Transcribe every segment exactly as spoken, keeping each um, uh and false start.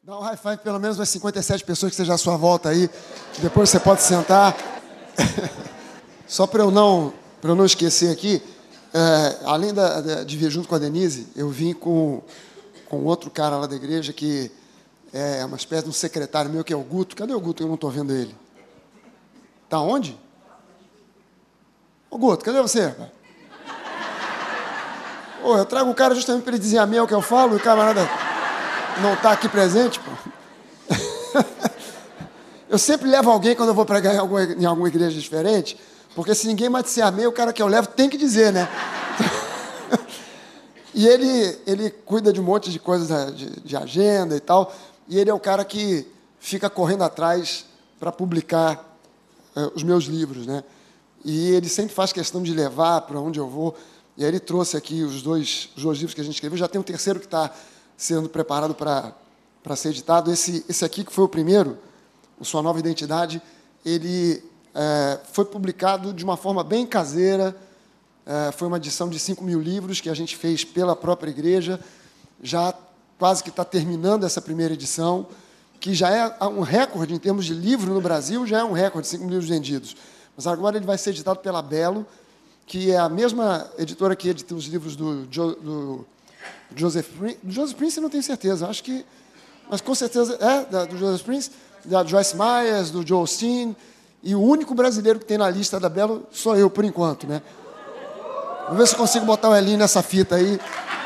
Dá um high five pelo menos umas cinquenta e sete pessoas que estejam à sua volta aí. Depois você pode sentar. Só para eu não, para eu não esquecer aqui, é, além da, da, de vir junto com a Denise, eu vim com, com outro cara lá da igreja que é uma espécie de um secretário meu, que é o Guto. Cadê o Guto? Eu não estou vendo ele. Tá onde? Ô Guto, cadê você? Ô, eu trago o cara justamente para ele dizer amém ao que eu falo, e o camarada não está aqui presente, pô. Eu sempre levo alguém quando eu vou pregar em alguma, em alguma igreja diferente, porque se ninguém mais disser amém, o cara que eu levo tem que dizer, né? E ele, ele cuida de um monte de coisas de, de agenda e tal, e ele é o cara que fica correndo atrás para publicar uh, os meus livros, né? E ele sempre faz questão de levar para onde eu vou. E aí ele trouxe aqui os dois, os dois livros que a gente escreveu. Já tem um terceiro que está sendo preparado para para ser editado. Esse, esse aqui, que foi o primeiro, o Sua Nova Identidade, ele é, foi publicado de uma forma bem caseira. É, foi uma edição de cinco mil livros que a gente fez pela própria igreja. Já quase que está terminando essa primeira edição, que já é um recorde em termos de livro no Brasil, já é um recorde, cinco mil livros vendidos. Mas agora ele vai ser editado pela Belo, que é a mesma editora que edita os livros do, jo, do Joseph Prince. Do Joseph Prince eu não tenho certeza, acho que... Mas com certeza é da, do Joseph Prince, da Joyce Myers, do Joel Osteen, e o único brasileiro que tem na lista da Belo sou eu, por enquanto, né? Vamos ver se eu consigo botar o Elinho nessa fita aí.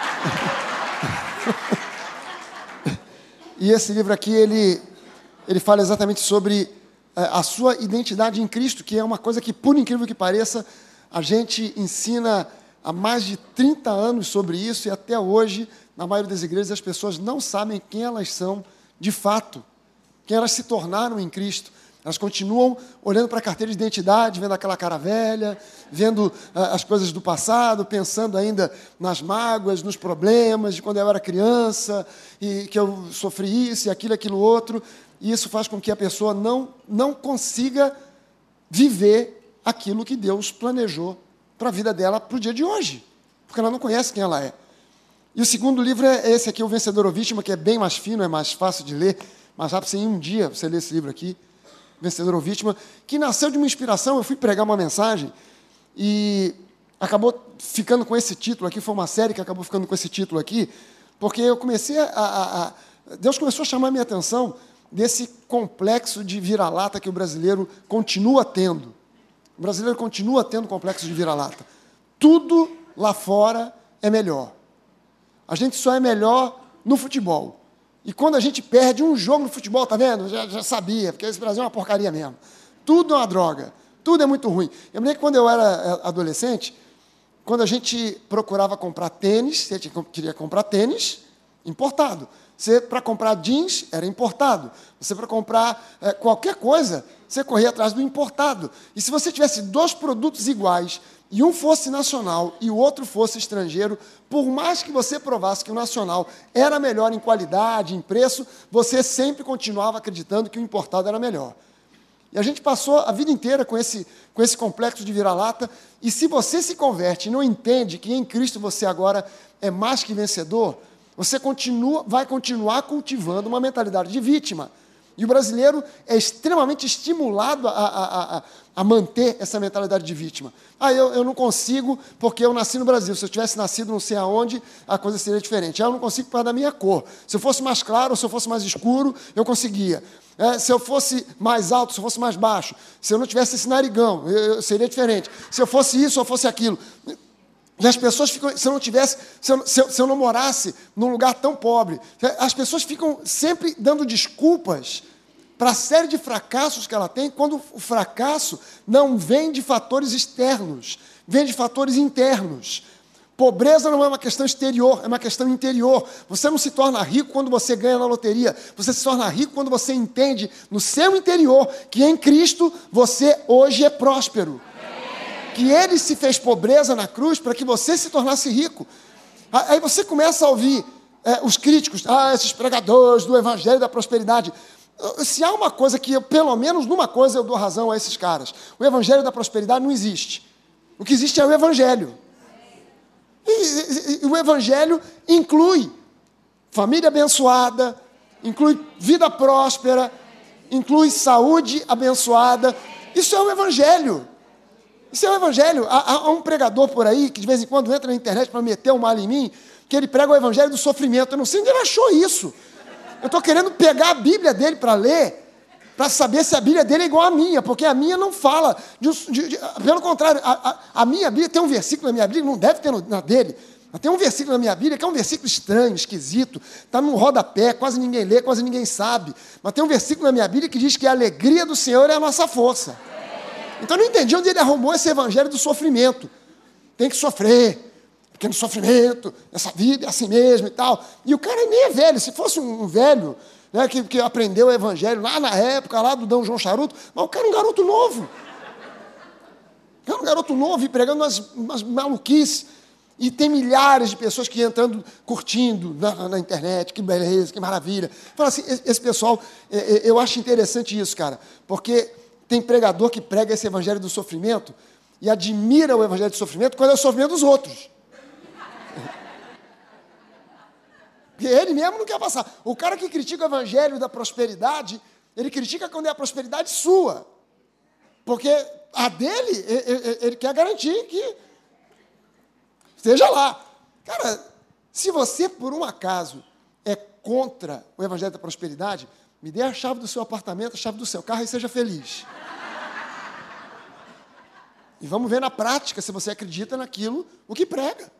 E esse livro aqui, ele, ele fala exatamente sobre a sua identidade em Cristo, que é uma coisa que, por incrível que pareça, a gente ensina há mais de trinta anos sobre isso, e até hoje, na maioria das igrejas, as pessoas não sabem quem elas são de fato, quem elas se tornaram em Cristo. Elas continuam olhando para a carteira de identidade, vendo aquela cara velha, vendo ah, as coisas do passado, pensando ainda nas mágoas, nos problemas de quando eu era criança, e que eu sofri isso, e aquilo, aquilo outro, e isso faz com que a pessoa não, não consiga viver aquilo que Deus planejou para a vida dela, para o dia de hoje, porque ela não conhece quem ela é. E o segundo livro é esse aqui, O Vencedor ou Vítima, que é bem mais fino, é mais fácil de ler, mais rápido, em um dia você lê esse livro aqui, Vencedor ou Vítima, que nasceu de uma inspiração. Eu fui pregar uma mensagem e acabou ficando com esse título aqui, foi uma série que acabou ficando com esse título aqui, porque eu comecei a... a, a Deus começou a chamar a minha atenção desse complexo de vira-lata que o brasileiro continua tendo. O brasileiro continua tendo complexo de vira-lata. Tudo lá fora é melhor. A gente só é melhor no futebol. E quando a gente perde um jogo no futebol, tá vendo? Já, já sabia, porque esse Brasil é uma porcaria mesmo. Tudo é uma droga. Tudo é muito ruim. Eu me lembro que quando eu era adolescente, quando a gente procurava comprar tênis, você queria comprar tênis importado. Você, para comprar jeans, era importado. Você, para comprar é, qualquer coisa, você corria atrás do importado. E se você tivesse dois produtos iguais, e um fosse nacional e o outro fosse estrangeiro, por mais que você provasse que o nacional era melhor em qualidade, em preço, você sempre continuava acreditando que o importado era melhor. E a gente passou a vida inteira com esse, com esse complexo de vira-lata, e se você se converte e não entende que em Cristo você agora é mais que vencedor, você continua, vai continuar cultivando uma mentalidade de vítima. E o brasileiro é extremamente estimulado a, a, a, a manter essa mentalidade de vítima. Ah, eu, eu não consigo porque eu nasci no Brasil. Se eu tivesse nascido não sei aonde, a coisa seria diferente. Ah, eu não consigo por causa da minha cor. Se eu fosse mais claro ou se eu fosse mais escuro, eu conseguia. É, se eu fosse mais alto, se eu fosse mais baixo, se eu não tivesse esse narigão, eu, eu seria diferente. Se eu fosse isso ou fosse aquilo... E as pessoas ficam, se eu não tivesse, se eu, se, eu, se eu não morasse num lugar tão pobre, as pessoas ficam sempre dando desculpas para a série de fracassos que ela tem, quando o fracasso não vem de fatores externos, vem de fatores internos. Pobreza não é uma questão exterior, é uma questão interior. Você não se torna rico quando você ganha na loteria, você se torna rico quando você entende no seu interior que em Cristo você hoje é próspero. Que Ele se fez pobreza na cruz para que você se tornasse rico. Aí você começa a ouvir é, os críticos, ah, esses pregadores do Evangelho da Prosperidade. Se há uma coisa que, eu, pelo menos numa coisa, eu dou razão a esses caras. O Evangelho da Prosperidade não existe. O que existe é o Evangelho. E, e, e o Evangelho inclui família abençoada, inclui vida próspera, inclui saúde abençoada. Isso é o Evangelho. Isso é o Evangelho. Há, há um pregador por aí que de vez em quando entra na internet para meter o mal em mim, que ele prega o Evangelho do sofrimento. Eu não sei onde ele achou isso. Eu estou querendo pegar a Bíblia dele para ler, para saber se a Bíblia dele é igual à minha, porque a minha não fala. De, de, de, pelo contrário, a, a, a minha Bíblia tem um versículo na minha Bíblia, não deve ter no, na dele, mas tem um versículo na minha Bíblia que é um versículo estranho, esquisito, está num rodapé, quase ninguém lê, quase ninguém sabe. Mas tem um versículo na minha Bíblia que diz que a alegria do Senhor é a nossa força. Então eu não entendi onde ele arrumou esse evangelho do sofrimento. Tem que sofrer, porque no sofrimento, essa vida é assim mesmo e tal. E o cara nem é velho, se fosse um, um velho, né, que, que aprendeu o evangelho lá na época, lá do Dom João Charuto, mas o cara é um garoto novo. O cara é um garoto novo e pregando umas, umas maluquices. E tem milhares de pessoas que entrando, curtindo na, na internet, que beleza, que maravilha. Fala assim, esse, esse pessoal, eu acho interessante isso, cara, porque tem pregador que prega esse evangelho do sofrimento e admira o evangelho do sofrimento quando é o sofrimento dos outros. Porque ele mesmo não quer passar. O cara que critica o evangelho da prosperidade, ele critica quando é a prosperidade sua. Porque a dele, ele, ele quer garantir que esteja lá. Cara, se você, por um acaso, é contra o evangelho da prosperidade, me dê a chave do seu apartamento, a chave do seu carro e seja feliz. E vamos ver na prática se você acredita naquilo, o que prega.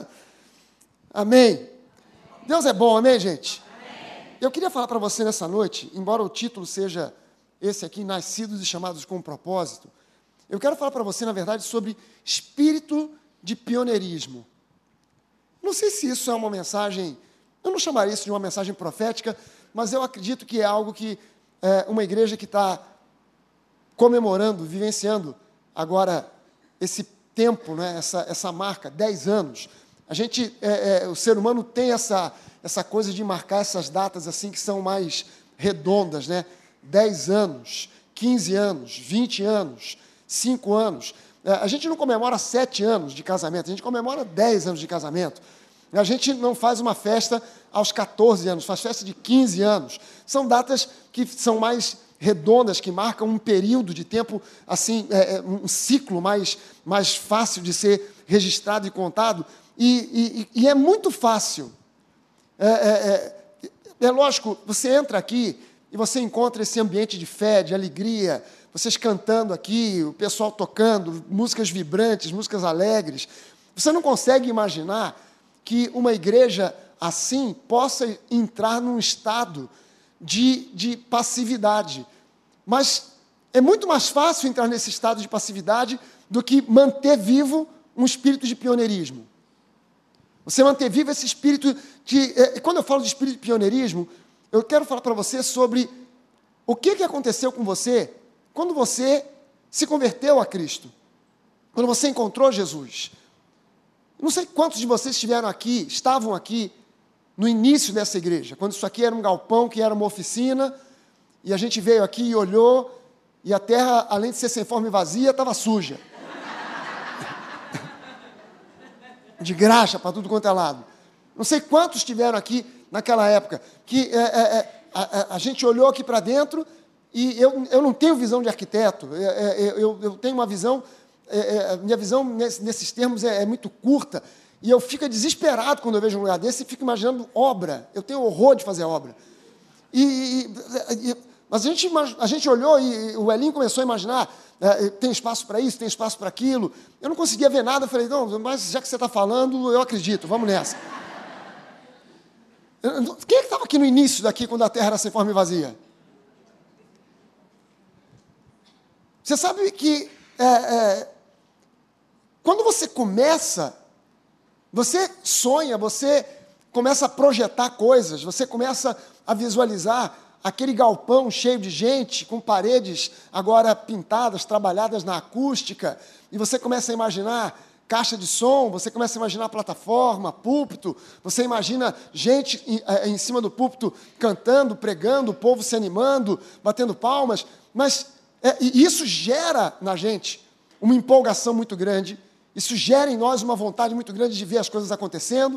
Amém. Deus é bom, amém, gente? Amém. Eu queria falar para você nessa noite, embora o título seja esse aqui, Nascidos e Chamados com um Propósito, eu quero falar para você, na verdade, sobre espírito de pioneirismo. Não sei se isso é uma mensagem, eu não chamaria isso de uma mensagem profética, mas eu acredito que é algo que é, uma igreja que está comemorando, vivenciando agora esse tempo, né, essa, essa marca, dez anos. A gente, é, é, o ser humano tem essa, essa coisa de marcar essas datas assim que são mais redondas, né? dez anos, quinze anos, vinte anos, cinco anos. É, a gente não comemora sete anos de casamento, a gente comemora dez anos de casamento. A gente não faz uma festa aos catorze anos, faz festa de quinze anos. São datas que são mais redondas, que marcam um período de tempo, assim, é, um ciclo mais, mais fácil de ser registrado e contado. E, e, e é muito fácil. É, é, é, é lógico, você entra aqui e você encontra esse ambiente de fé, de alegria, vocês cantando aqui, o pessoal tocando, músicas vibrantes, músicas alegres. Você não consegue imaginar que uma igreja assim possa entrar num estado de, de passividade. Mas é muito mais fácil entrar nesse estado de passividade do que manter vivo um espírito de pioneirismo. Você manter vivo esse espírito de... Quando eu falo de espírito de pioneirismo, eu quero falar para você sobre o que, que aconteceu com você quando você se converteu a Cristo, quando você encontrou Jesus. Não sei quantos de vocês estiveram aqui, estavam aqui no início dessa igreja, quando isso aqui era um galpão, que era uma oficina, e a gente veio aqui e olhou, e a terra, além de ser sem forma e vazia, estava suja. De graxa para tudo quanto é lado. Não sei quantos estiveram aqui naquela época, que é, é, a, a, a gente olhou aqui para dentro, e eu, eu não tenho visão de arquiteto, é, é, eu, eu tenho uma visão, é, é, minha visão nesse, nesses termos é, é muito curta, e eu fico desesperado quando eu vejo um lugar desse e fico imaginando obra. Eu tenho horror de fazer obra. E, e, e, mas a gente, a gente olhou e o Elinho começou a imaginar, é, tem espaço para isso, tem espaço para aquilo. Eu não conseguia ver nada, eu falei, não, mas já que você está falando, eu acredito, vamos nessa. Quem é que estava aqui no início daqui, quando a terra era sem forma e vazia? Você sabe que é, é, quando você começa, você sonha, você começa a projetar coisas, você começa a visualizar aquele galpão cheio de gente, com paredes agora pintadas, trabalhadas na acústica, e você começa a imaginar caixa de som, você começa a imaginar plataforma, púlpito, você imagina gente em, em cima do púlpito cantando, pregando, o povo se animando, batendo palmas, mas é, e isso gera na gente uma empolgação muito grande, isso gera em nós uma vontade muito grande de ver as coisas acontecendo,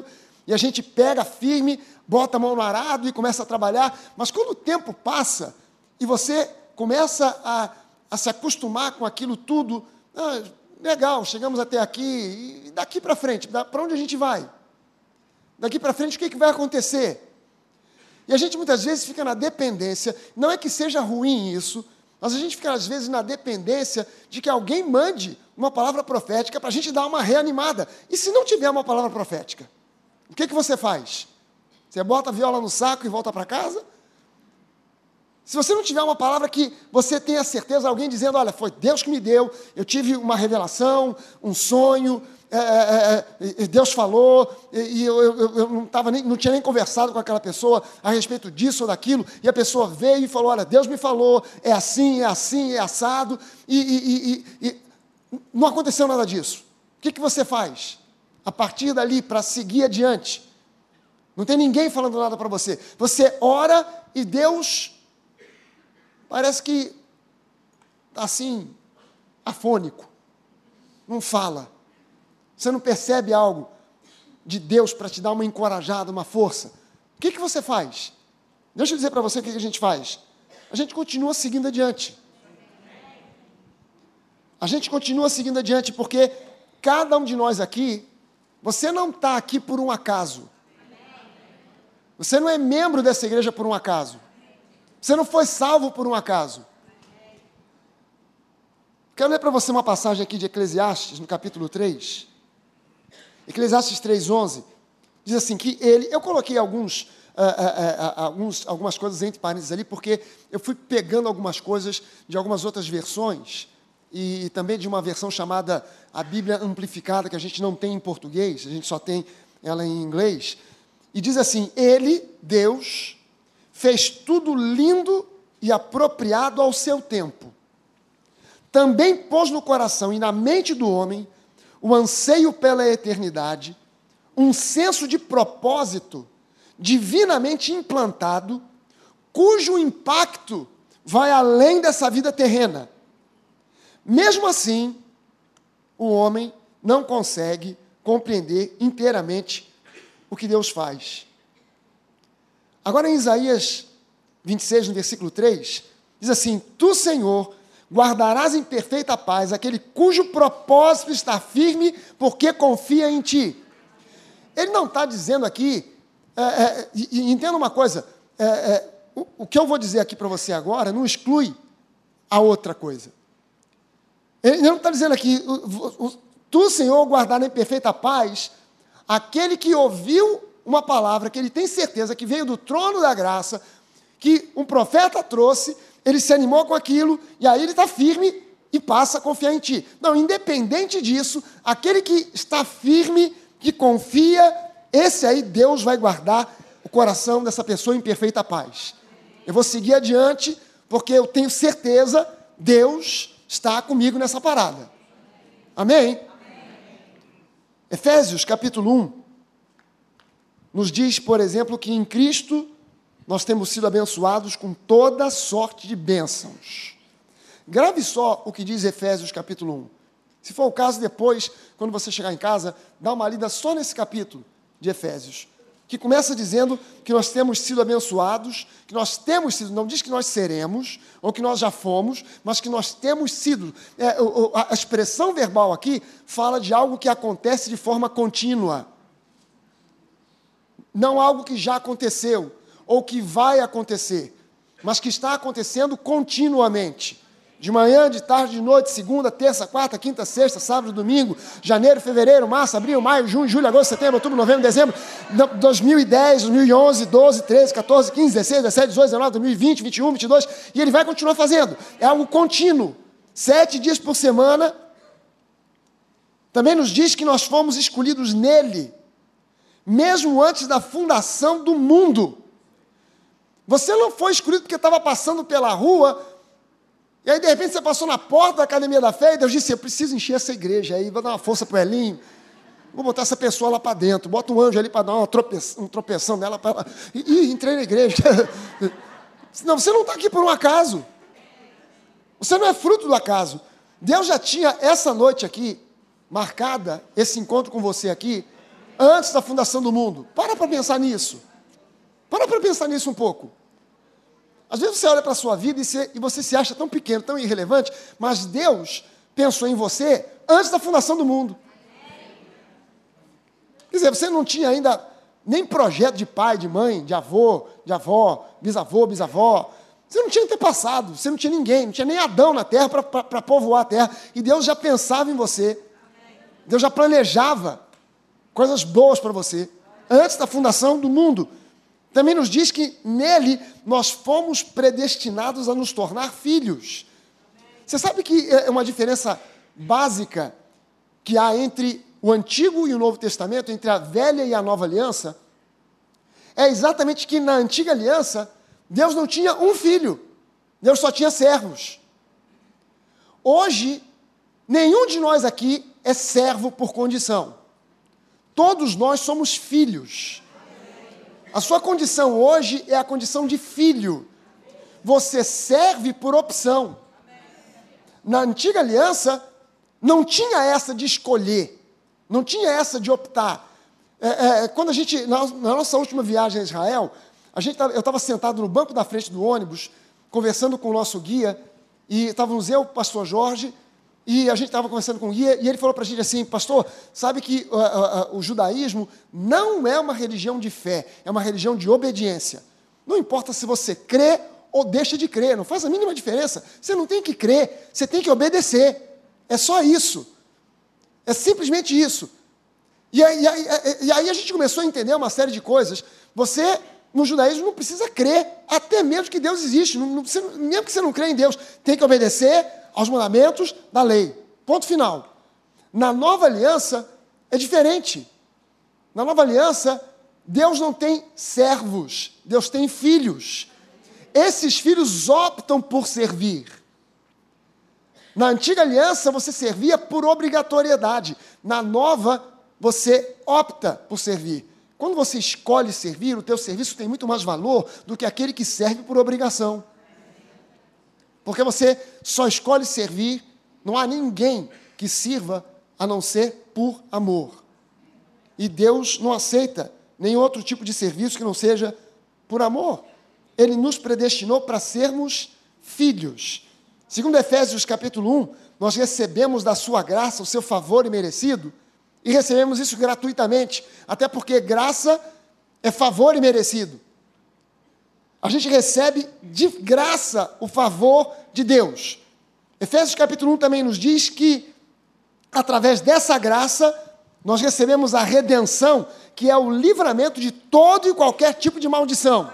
e a gente pega firme, bota a mão no arado e começa a trabalhar, mas quando o tempo passa e você começa a, a se acostumar com aquilo tudo, ah, legal, chegamos até aqui, e daqui para frente, para onde a gente vai? Daqui para frente, o que, que vai acontecer? E a gente muitas vezes fica na dependência, não é que seja ruim isso, mas a gente fica às vezes na dependência de que alguém mande uma palavra profética para a gente dar uma reanimada. E se não tiver uma palavra profética, o que, que você faz? Você bota a viola no saco e volta para casa? Se você não tiver uma palavra que você tenha certeza, alguém dizendo, olha, foi Deus que me deu, eu tive uma revelação, um sonho, é, é, é, Deus falou, e eu, eu, eu não, tava nem, não tinha nem conversado com aquela pessoa a respeito disso ou daquilo, e a pessoa veio e falou, olha, Deus me falou, é assim, é assim, é assado, e, e, e, e não aconteceu nada disso. O que, que você faz? A partir dali, para seguir adiante, não tem ninguém falando nada para você. Você ora e Deus parece que está assim, afônico, não fala. Você não percebe algo de Deus para te dar uma encorajada, uma força. O que, que você faz? Deixa eu dizer para você o que, que a gente faz. A gente continua seguindo adiante. A gente continua seguindo adiante porque cada um de nós aqui, você não está aqui por um acaso. Você não é membro dessa igreja por um acaso. Você não foi salvo por um acaso. Quero ler para você uma passagem aqui de Eclesiastes, no capítulo três. Eclesiastes três, onze. Diz assim que ele... Eu coloquei alguns, uh, uh, uh, alguns, algumas coisas entre parênteses ali, porque eu fui pegando algumas coisas de algumas outras versões, e também de uma versão chamada a Bíblia Amplificada, que a gente não tem em português, a gente só tem ela em inglês. E diz assim, ele, Deus, fez tudo lindo e apropriado ao seu tempo. Também pôs no coração e na mente do homem o anseio pela eternidade, um senso de propósito divinamente implantado, cujo impacto vai além dessa vida terrena. Mesmo assim, o homem não consegue compreender inteiramente o que Deus faz. Agora, em Isaías vinte e seis, no versículo três, diz assim, tu, Senhor, guardarás em perfeita paz aquele cujo propósito está firme, porque confia em ti. Ele não está dizendo aqui, é, é, e, e entenda uma coisa, é, é, o, o que eu vou dizer aqui para você agora não exclui a outra coisa. Ele não está dizendo aqui, o, o, tu, Senhor, guardar em perfeita paz aquele que ouviu uma palavra que ele tem certeza que veio do trono da graça, que um profeta trouxe, ele se animou com aquilo, e aí ele está firme e passa a confiar em ti. Não, independente disso, aquele que está firme, que confia, esse aí Deus vai guardar o coração dessa pessoa em perfeita paz. Eu vou seguir adiante, porque eu tenho certeza, Deus está comigo nessa parada. Amém? Efésios, capítulo um, nos diz, por exemplo, que em Cristo nós temos sido abençoados com toda sorte de bênçãos. Grave só o que diz Efésios, capítulo um. Se for o caso, depois, quando você chegar em casa, dá uma lida só nesse capítulo de Efésios, que começa dizendo que nós temos sido abençoados, que nós temos sido, não diz que nós seremos, ou que nós já fomos, mas que nós temos sido. É, a expressão verbal aqui fala de algo que acontece de forma contínua. Não algo que já aconteceu, ou que vai acontecer, mas que está acontecendo continuamente. De manhã, de tarde, de noite, segunda, terça, quarta, quinta, sexta, sábado, domingo, janeiro, fevereiro, março, abril, maio, junho, julho, agosto, setembro, outubro, novembro, dezembro, dois mil e dez, dois mil e onze, doze, treze, quatorze, quinze, dezesseis, dezessete, dezoito, dezenove, dois mil e vinte, vinte e um, vinte e dois, e ele vai continuar fazendo. É algo contínuo. Sete dias por semana. Também nos diz que nós fomos escolhidos nele, mesmo antes da fundação do mundo. Você não foi escolhido porque estava passando pela rua, e aí, de repente, você passou na porta da Academia da Fé, e Deus disse, eu preciso encher essa igreja aí, vou dar uma força para o Elinho, vou botar essa pessoa lá para dentro, bota um anjo ali para dar uma tropeção, um tropeção nela, pra... e, e entrei na igreja. Não, você não está aqui por um acaso. Você não é fruto do acaso. Deus já tinha essa noite aqui, marcada, esse encontro com você aqui, antes da fundação do mundo. Para para pensar nisso. Para para pensar nisso um pouco. Às vezes você olha para a sua vida e você, e você se acha tão pequeno, tão irrelevante, mas Deus pensou em você antes da fundação do mundo. Quer dizer, você não tinha ainda nem projeto de pai, de mãe, de avô, de avó, bisavô, bisavó. Você não tinha antepassado, você não tinha ninguém, não tinha nem Adão na terra para povoar a terra. E Deus já pensava em você. Deus já planejava coisas boas para você antes da fundação do mundo. Também nos diz que nele nós fomos predestinados a nos tornar filhos. Você sabe que é uma diferença básica que há entre o Antigo e o Novo Testamento, entre a Velha e a Nova Aliança? É exatamente que na Antiga Aliança, Deus não tinha um filho, Deus só tinha servos. Hoje, nenhum de nós aqui é servo por condição. Todos nós somos filhos. A sua condição hoje é a condição de filho. Você serve por opção. Na Antiga Aliança, não tinha essa de escolher, não tinha essa de optar. É, é, quando a gente, na, na nossa última viagem a Israel, a gente, eu estava sentado no banco da frente do ônibus, conversando com o nosso guia, e estávamos eu, o pastor Jorge, e a gente estava conversando com o guia, e ele falou para a gente assim: pastor, sabe que uh, uh, uh, o judaísmo não é uma religião de fé, é uma religião de obediência. Não importa se você crê ou deixa de crer, não faz a mínima diferença. Você não tem que crer, você tem que obedecer. É só isso. É simplesmente isso. E aí, e aí, e aí a gente começou a entender uma série de coisas. Você, no judaísmo, não precisa crer, até mesmo que Deus existe. Não, não, você, mesmo que você não crê em Deus, tem que obedecer aos mandamentos da lei. Ponto final. Na nova aliança, é diferente. Na nova aliança, Deus não tem servos, Deus tem filhos. Esses filhos optam por servir. Na antiga aliança, você servia por obrigatoriedade. Na nova, você opta por servir. Quando você escolhe servir, o teu serviço tem muito mais valor do que aquele que serve por obrigação. Porque você só escolhe servir, não há ninguém que sirva a não ser por amor. E Deus não aceita nenhum outro tipo de serviço que não seja por amor. Ele nos predestinou para sermos filhos. Segundo Efésios capítulo um, nós recebemos da sua graça o seu favor imerecido, e recebemos isso gratuitamente, até porque graça é favor imerecido. A gente recebe de graça o favor de Deus. Efésios capítulo um também nos diz que, através dessa graça, nós recebemos a redenção, que é o livramento de todo e qualquer tipo de maldição.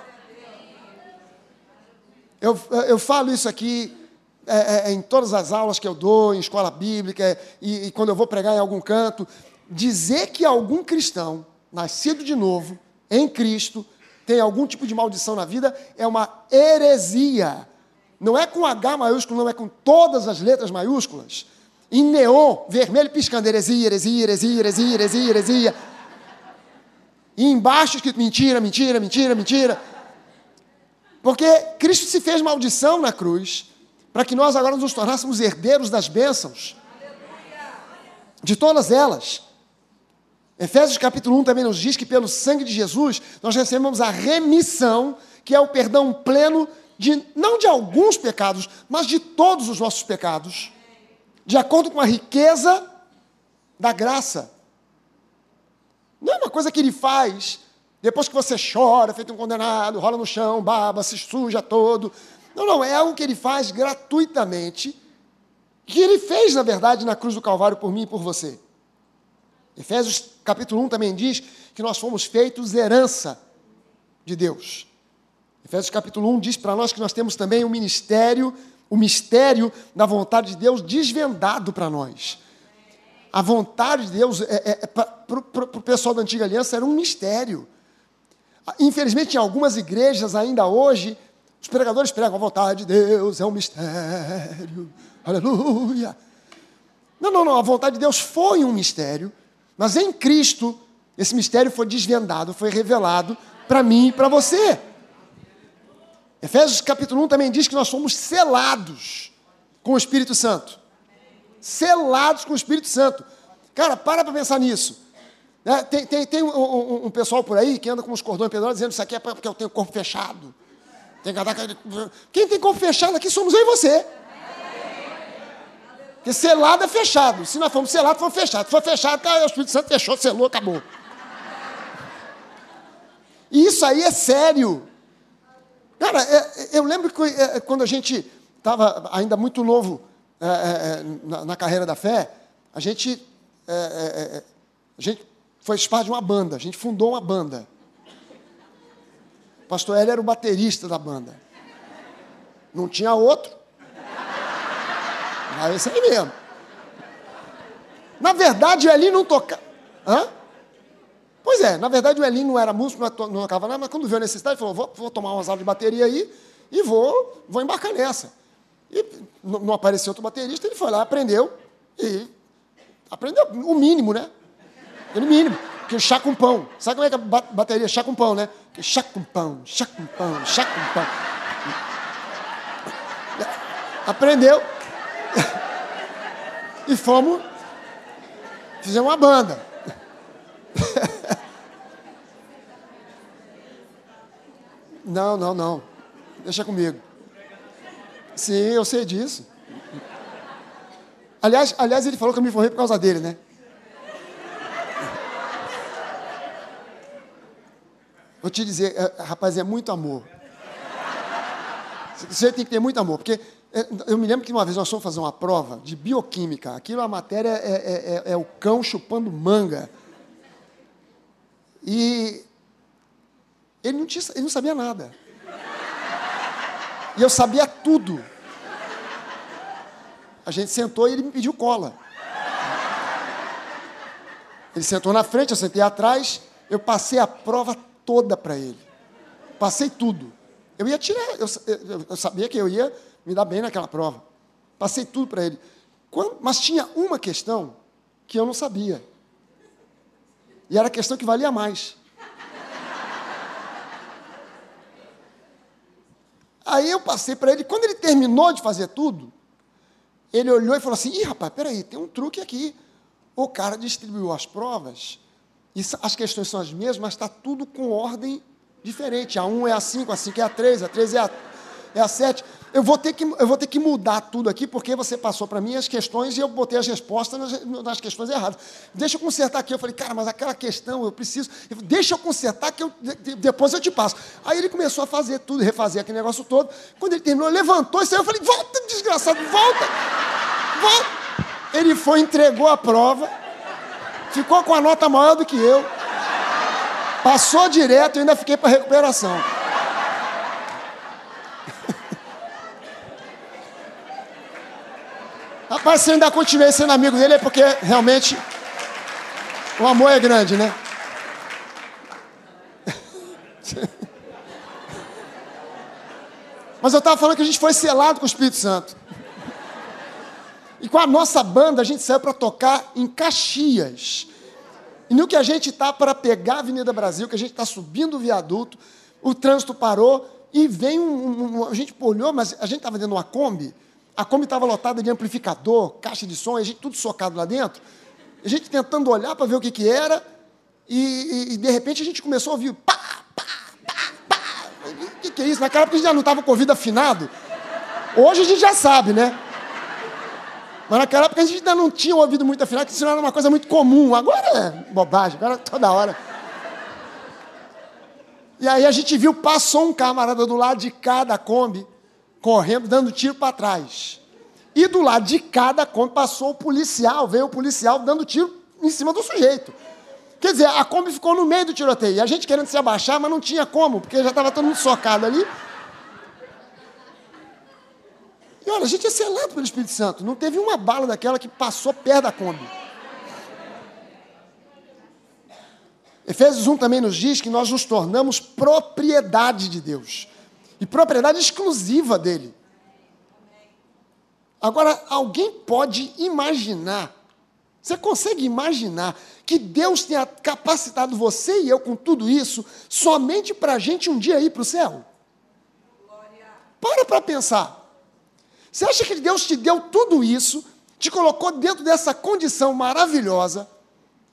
Eu, eu falo isso aqui é, é, em todas as aulas que eu dou, em escola bíblica, e, e quando eu vou pregar em algum canto. Dizer que algum cristão, nascido de novo, em Cristo, tem algum tipo de maldição na vida, é uma heresia. Não é com H maiúsculo, não, é com todas as letras maiúsculas. Em neon, vermelho piscando, heresia, heresia, heresia, heresia, heresia, heresia. E embaixo escrito mentira, mentira, mentira, mentira. Porque Cristo se fez maldição na cruz, para que nós agora nos tornássemos herdeiros das bênçãos. De todas elas. Efésios capítulo um também nos diz que pelo sangue de Jesus nós recebemos a remissão, que é o perdão pleno, de, não de alguns pecados, mas de todos os nossos pecados, de acordo com a riqueza da graça. Não é uma coisa que ele faz depois que você chora, feito um condenado, rola no chão, baba, se suja todo. Não, não, é algo que ele faz gratuitamente, que ele fez, na verdade, na cruz do Calvário por mim e por você. Efésios capítulo um também diz que nós fomos feitos herança de Deus. Efésios capítulo um diz para nós que nós temos também um ministério, o mistério da vontade de Deus desvendado para nós. A vontade de Deus, é, é, é, para o pessoal da Antiga Aliança, era um mistério. Infelizmente, em algumas igrejas, ainda hoje, os pregadores pregam: a vontade de Deus é um mistério. Aleluia. Não, não, não, a vontade de Deus foi um mistério, mas em Cristo, esse mistério foi desvendado, foi revelado para mim e para você. Efésios capítulo um também diz que nós somos selados com o Espírito Santo. Selados com o Espírito Santo. Cara, para para pensar nisso. Né? Tem, tem, tem um, um, um pessoal por aí que anda com os cordões pendurados dizendo isso aqui é porque eu tenho corpo fechado. Tem que andar... Quem tem corpo fechado aqui somos eu e você. Porque selado é fechado. Se nós formos selados, fomos fechados. Se for fechado, tá, o Espírito Santo fechou, selou, acabou. E isso aí é sério. Cara, é, eu lembro que é, quando a gente estava ainda muito novo é, é, na, na carreira da fé, a gente, é, é, a gente foi parte de uma banda, a gente fundou uma banda. O pastor Hélio era o baterista da banda. Não tinha outro. Era esse aí mesmo. Na verdade, o Elinho não tocava... Hã? Pois é, na verdade o Elinho não era músico, não tocava nada, mas quando viu a necessidade, falou, vou, vou tomar umas aulas de bateria aí e vou, vou embarcar nessa. E não, não apareceu outro baterista, ele foi lá, aprendeu, e aprendeu o mínimo, né? Aquele mínimo, que chá com pão. Sabe como é que é a bateria? Chá com pão, né? Chá com pão, chá com pão, chá com pão. Aprendeu. E fomos, fizemos uma banda. Não, não, não. Deixa comigo. Sim, eu sei disso. Aliás, aliás, ele falou que eu me formei por causa dele, né? Vou te dizer, rapaz, é muito amor. Você tem que ter muito amor, porque eu me lembro que uma vez nós fomos fazer uma prova de bioquímica. Aquilo, a matéria é, é, é, é o cão chupando manga. E ele não, tinha, ele não sabia nada. E eu sabia tudo. A gente sentou e ele me pediu cola. Ele sentou na frente, eu sentei atrás, eu passei a prova toda para ele. Passei tudo. Eu ia tirar, eu, eu, eu sabia que eu ia me dar bem naquela prova. Passei tudo para ele. Quando, mas tinha uma questão que eu não sabia. E era a questão que valia mais. Aí eu passei para ele, quando ele terminou de fazer tudo, ele olhou e falou assim, ih, rapaz, peraí, tem um truque aqui. O cara distribuiu as provas, e as questões são as mesmas, mas está tudo com ordem diferente. A um é a cinco, a cinco é a três, a três é a, é a sete. Eu vou, ter que, eu vou ter que mudar tudo aqui, porque você passou para mim as questões e eu botei as respostas nas, nas questões erradas. Deixa eu consertar aqui. Eu falei, cara, mas aquela questão eu preciso... Eu falei, deixa eu consertar que eu, depois eu te passo. Aí ele começou a fazer tudo, refazer aquele negócio todo. Quando ele terminou, ele levantou e saiu. Eu falei, volta, desgraçado, volta, volta. Ele foi, entregou a prova, ficou com a nota maior do que eu, passou direto e ainda fiquei para recuperação. Rapaz, se eu ainda continuei sendo amigo dele, é porque realmente o amor é grande, né? Mas eu estava falando que a gente foi selado com o Espírito Santo. E com a nossa banda, a gente saiu para tocar em Caxias. E no que a gente está para pegar a Avenida Brasil, que a gente está subindo o viaduto, o trânsito parou e vem um... um a gente olhou, mas a gente estava dentro de uma Kombi. A Kombi estava lotada de amplificador, caixa de som, a gente tudo socado lá dentro. A gente tentando olhar para ver o que, que era, e, e, e de repente a gente começou a ouvir pá, pá, pá, pá. O que, que é isso? Naquela época a gente já não estava com o ouvido afinado. Hoje a gente já sabe, né? Mas naquela época a gente ainda não tinha o ouvido muito afinado, porque isso era uma coisa muito comum. Agora é bobagem, agora toda hora. E aí a gente viu, passou um camarada do lado de cada Kombi, correndo, dando tiro para trás. E do lado de cada Kombi passou o policial, veio o policial dando tiro em cima do sujeito. Quer dizer, a Kombi ficou no meio do tiroteio. E a gente querendo se abaixar, mas não tinha como, porque já estava todo mundo socado ali. E olha, a gente é selado pelo Espírito Santo. Não teve uma bala daquela que passou perto da Kombi. Efésios um também nos diz que nós nos tornamos propriedade de Deus. E propriedade exclusiva dele. Agora, alguém pode imaginar, você consegue imaginar que Deus tenha capacitado você e eu com tudo isso somente para a gente um dia ir para o céu? Para para pensar. Você acha que Deus te deu tudo isso, te colocou dentro dessa condição maravilhosa,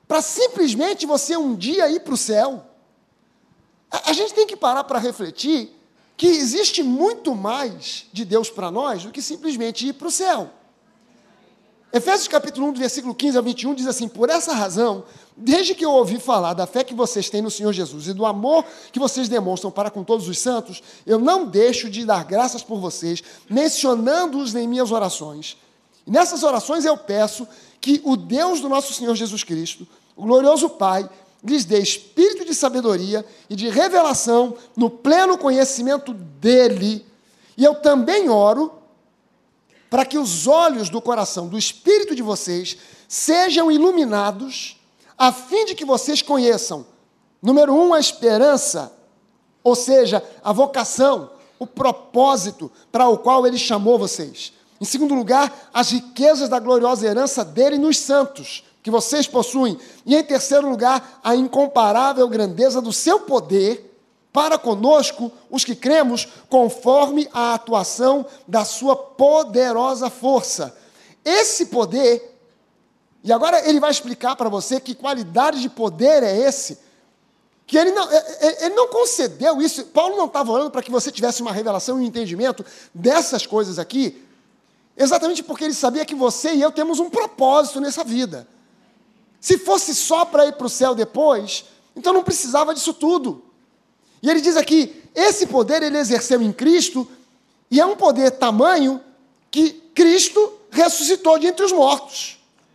para simplesmente você um dia ir para o céu. A, a gente tem que parar para refletir que existe muito mais de Deus para nós do que simplesmente ir para o céu. Efésios capítulo um, do versículo quinze ao vinte e um, diz assim: por essa razão, desde que eu ouvi falar da fé que vocês têm no Senhor Jesus e do amor que vocês demonstram para com todos os santos, eu não deixo de dar graças por vocês, mencionando-os em minhas orações. E nessas orações eu peço que o Deus do nosso Senhor Jesus Cristo, o glorioso Pai, lhes dê espírito de sabedoria e de revelação no pleno conhecimento dEle. E eu também oro para que os olhos do coração, do espírito de vocês, sejam iluminados, a fim de que vocês conheçam, número um, a esperança, ou seja, a vocação, o propósito para o qual Ele chamou vocês. Em segundo lugar, as riquezas da gloriosa herança dEle nos santos, que vocês possuem. E em terceiro lugar, a incomparável grandeza do seu poder para conosco, os que cremos, conforme a atuação da sua poderosa força. Esse poder, e agora ele vai explicar para você que qualidade de poder é esse, que ele não, ele não concedeu isso. Paulo não estava orando para que você tivesse uma revelação e um entendimento dessas coisas aqui, exatamente porque ele sabia que você e eu temos um propósito nessa vida. Se fosse só para ir para o céu depois, então não precisava disso tudo. E ele diz aqui, esse poder ele exerceu em Cristo, e é um poder tamanho que Cristo ressuscitou de entre os mortos.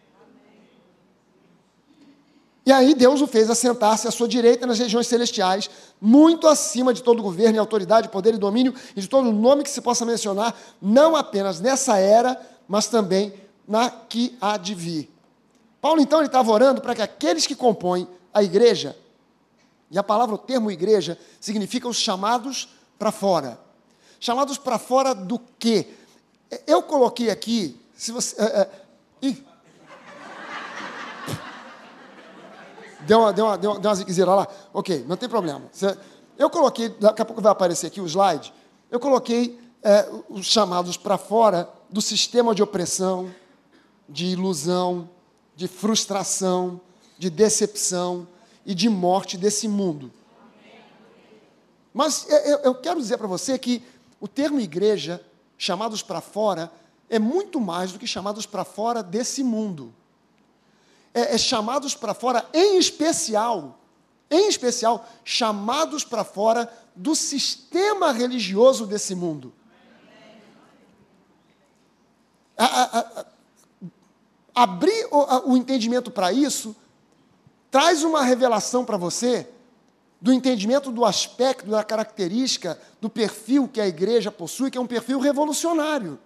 E aí Deus o fez assentar-se à sua direita nas regiões celestiais, muito acima de todo governo e autoridade, poder e domínio, e de todo nome que se possa mencionar, não apenas nessa era, mas também na que há de vir. Paulo, então, ele estava orando para que aqueles que compõem a igreja, e a palavra, o termo igreja, significa os chamados para fora. Chamados para fora do quê? Eu coloquei aqui, se você... É, é, ih, deu uma, deu uma, deu uma, deu uma ziquezira lá? Ok, não tem problema. Eu coloquei, daqui a pouco vai aparecer aqui o slide, eu coloquei é, os chamados para fora do sistema de opressão, de ilusão, de frustração, de decepção e de morte desse mundo. Mas eu, eu quero dizer para você que o termo igreja, chamados para fora, é muito mais do que chamados para fora desse mundo. É, é chamados para fora, em especial, em especial, chamados para fora do sistema religioso desse mundo. A, a, a, abrir o, a, o entendimento para isso traz uma revelação para você do entendimento do aspecto, da característica, do perfil que a igreja possui, que é um perfil revolucionário.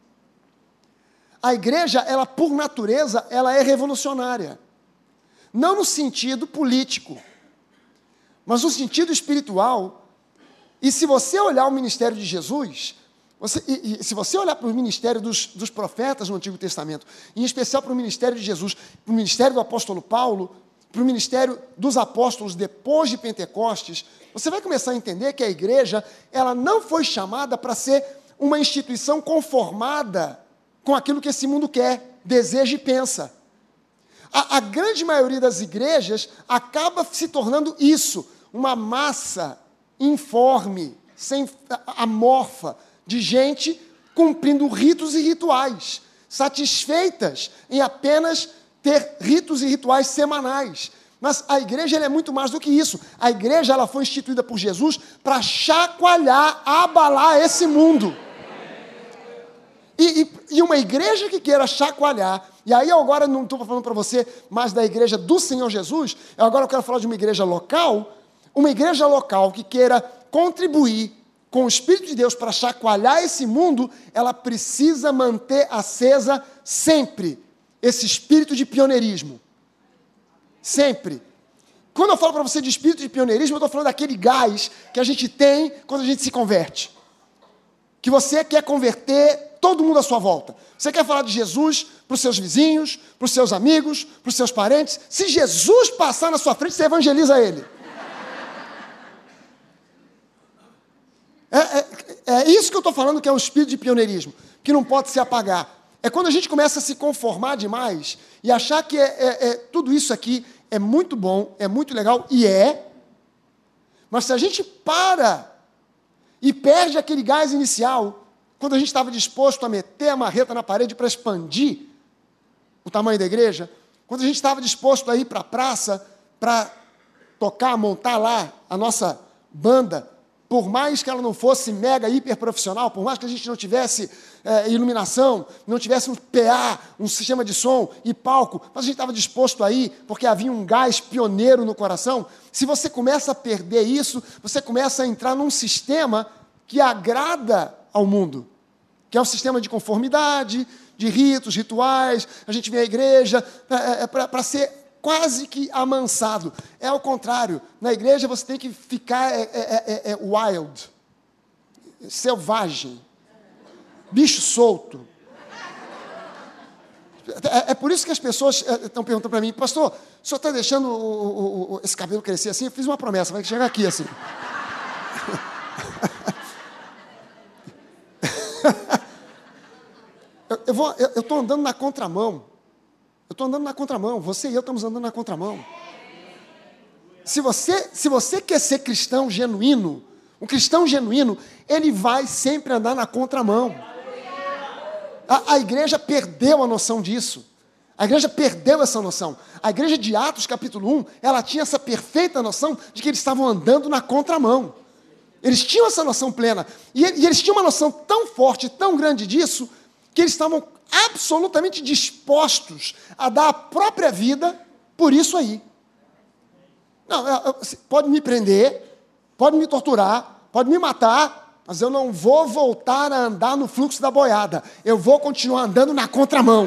A igreja, ela por natureza, ela é revolucionária. Não no sentido político, mas no sentido espiritual. E se você olhar o ministério de Jesus, você, e, e, se você olhar para o ministério dos, dos profetas no Antigo Testamento, em especial para o ministério de Jesus, para o ministério do apóstolo Paulo, para o ministério dos apóstolos depois de Pentecostes, você vai começar a entender que a igreja, ela não foi chamada para ser uma instituição conformada com aquilo que esse mundo quer, deseja e pensa. A, a grande maioria das igrejas acaba se tornando isso, uma massa informe, sem, amorfa, de gente cumprindo ritos e rituais, satisfeitas em apenas ter ritos e rituais semanais. Mas a igreja ela é muito mais do que isso. A igreja ela foi instituída por Jesus para chacoalhar, abalar esse mundo. E, e, e uma igreja que queira chacoalhar, e aí eu agora não estou falando para você mais da igreja do Senhor Jesus, eu agora eu quero falar de uma igreja local, uma igreja local que queira contribuir com o Espírito de Deus para chacoalhar esse mundo, ela precisa manter acesa sempre esse espírito de pioneirismo. Sempre. Quando eu falo para você de espírito de pioneirismo, eu estou falando daquele gás que a gente tem quando a gente se converte. Que você quer converter todo mundo à sua volta. Você quer falar de Jesus para os seus vizinhos, para os seus amigos, para os seus parentes. Se Jesus passar na sua frente, você evangeliza ele. É, é, é isso que eu estou falando que é o espírito de pioneirismo, que não pode se apagar. É quando a gente começa a se conformar demais e achar que é, é, é, tudo isso aqui é muito bom, é muito legal, e é, mas se a gente para e perde aquele gás inicial, quando a gente estava disposto a meter a marreta na parede para expandir o tamanho da igreja, quando a gente estava disposto a ir para a praça para tocar, montar lá a nossa banda, por mais que ela não fosse mega, hiper profissional, por mais que a gente não tivesse é, iluminação, não tivesse um P A, um sistema de som e palco, mas a gente estava disposto a ir, porque havia um gás pioneiro no coração. Se você começa a perder isso, você começa a entrar num sistema que agrada ao mundo, que é um sistema de conformidade, de ritos, rituais. A gente vem à igreja é, é, para ser quase que amansado. É ao contrário. Na igreja você tem que ficar é, é, é, é wild, selvagem, bicho solto. É, é por isso que as pessoas estão perguntando para mim, pastor, o senhor está deixando o, o, o, esse cabelo crescer assim? Eu fiz uma promessa, vai chegar aqui assim. eu estou andando na contramão. Eu estou andando na contramão, você e eu estamos andando na contramão. Se você, se você quer ser cristão genuíno, um cristão genuíno, ele vai sempre andar na contramão. A, a igreja perdeu a noção disso. A igreja perdeu essa noção. A igreja de Atos, capítulo um, ela tinha essa perfeita noção de que eles estavam andando na contramão. Eles tinham essa noção plena. E, e eles tinham uma noção tão forte, tão grande disso, que eles estavam absolutamente dispostos a dar a própria vida por isso aí. Não, pode me prender, pode me torturar, pode me matar, mas eu não vou voltar a andar no fluxo da boiada. Eu vou continuar andando na contramão.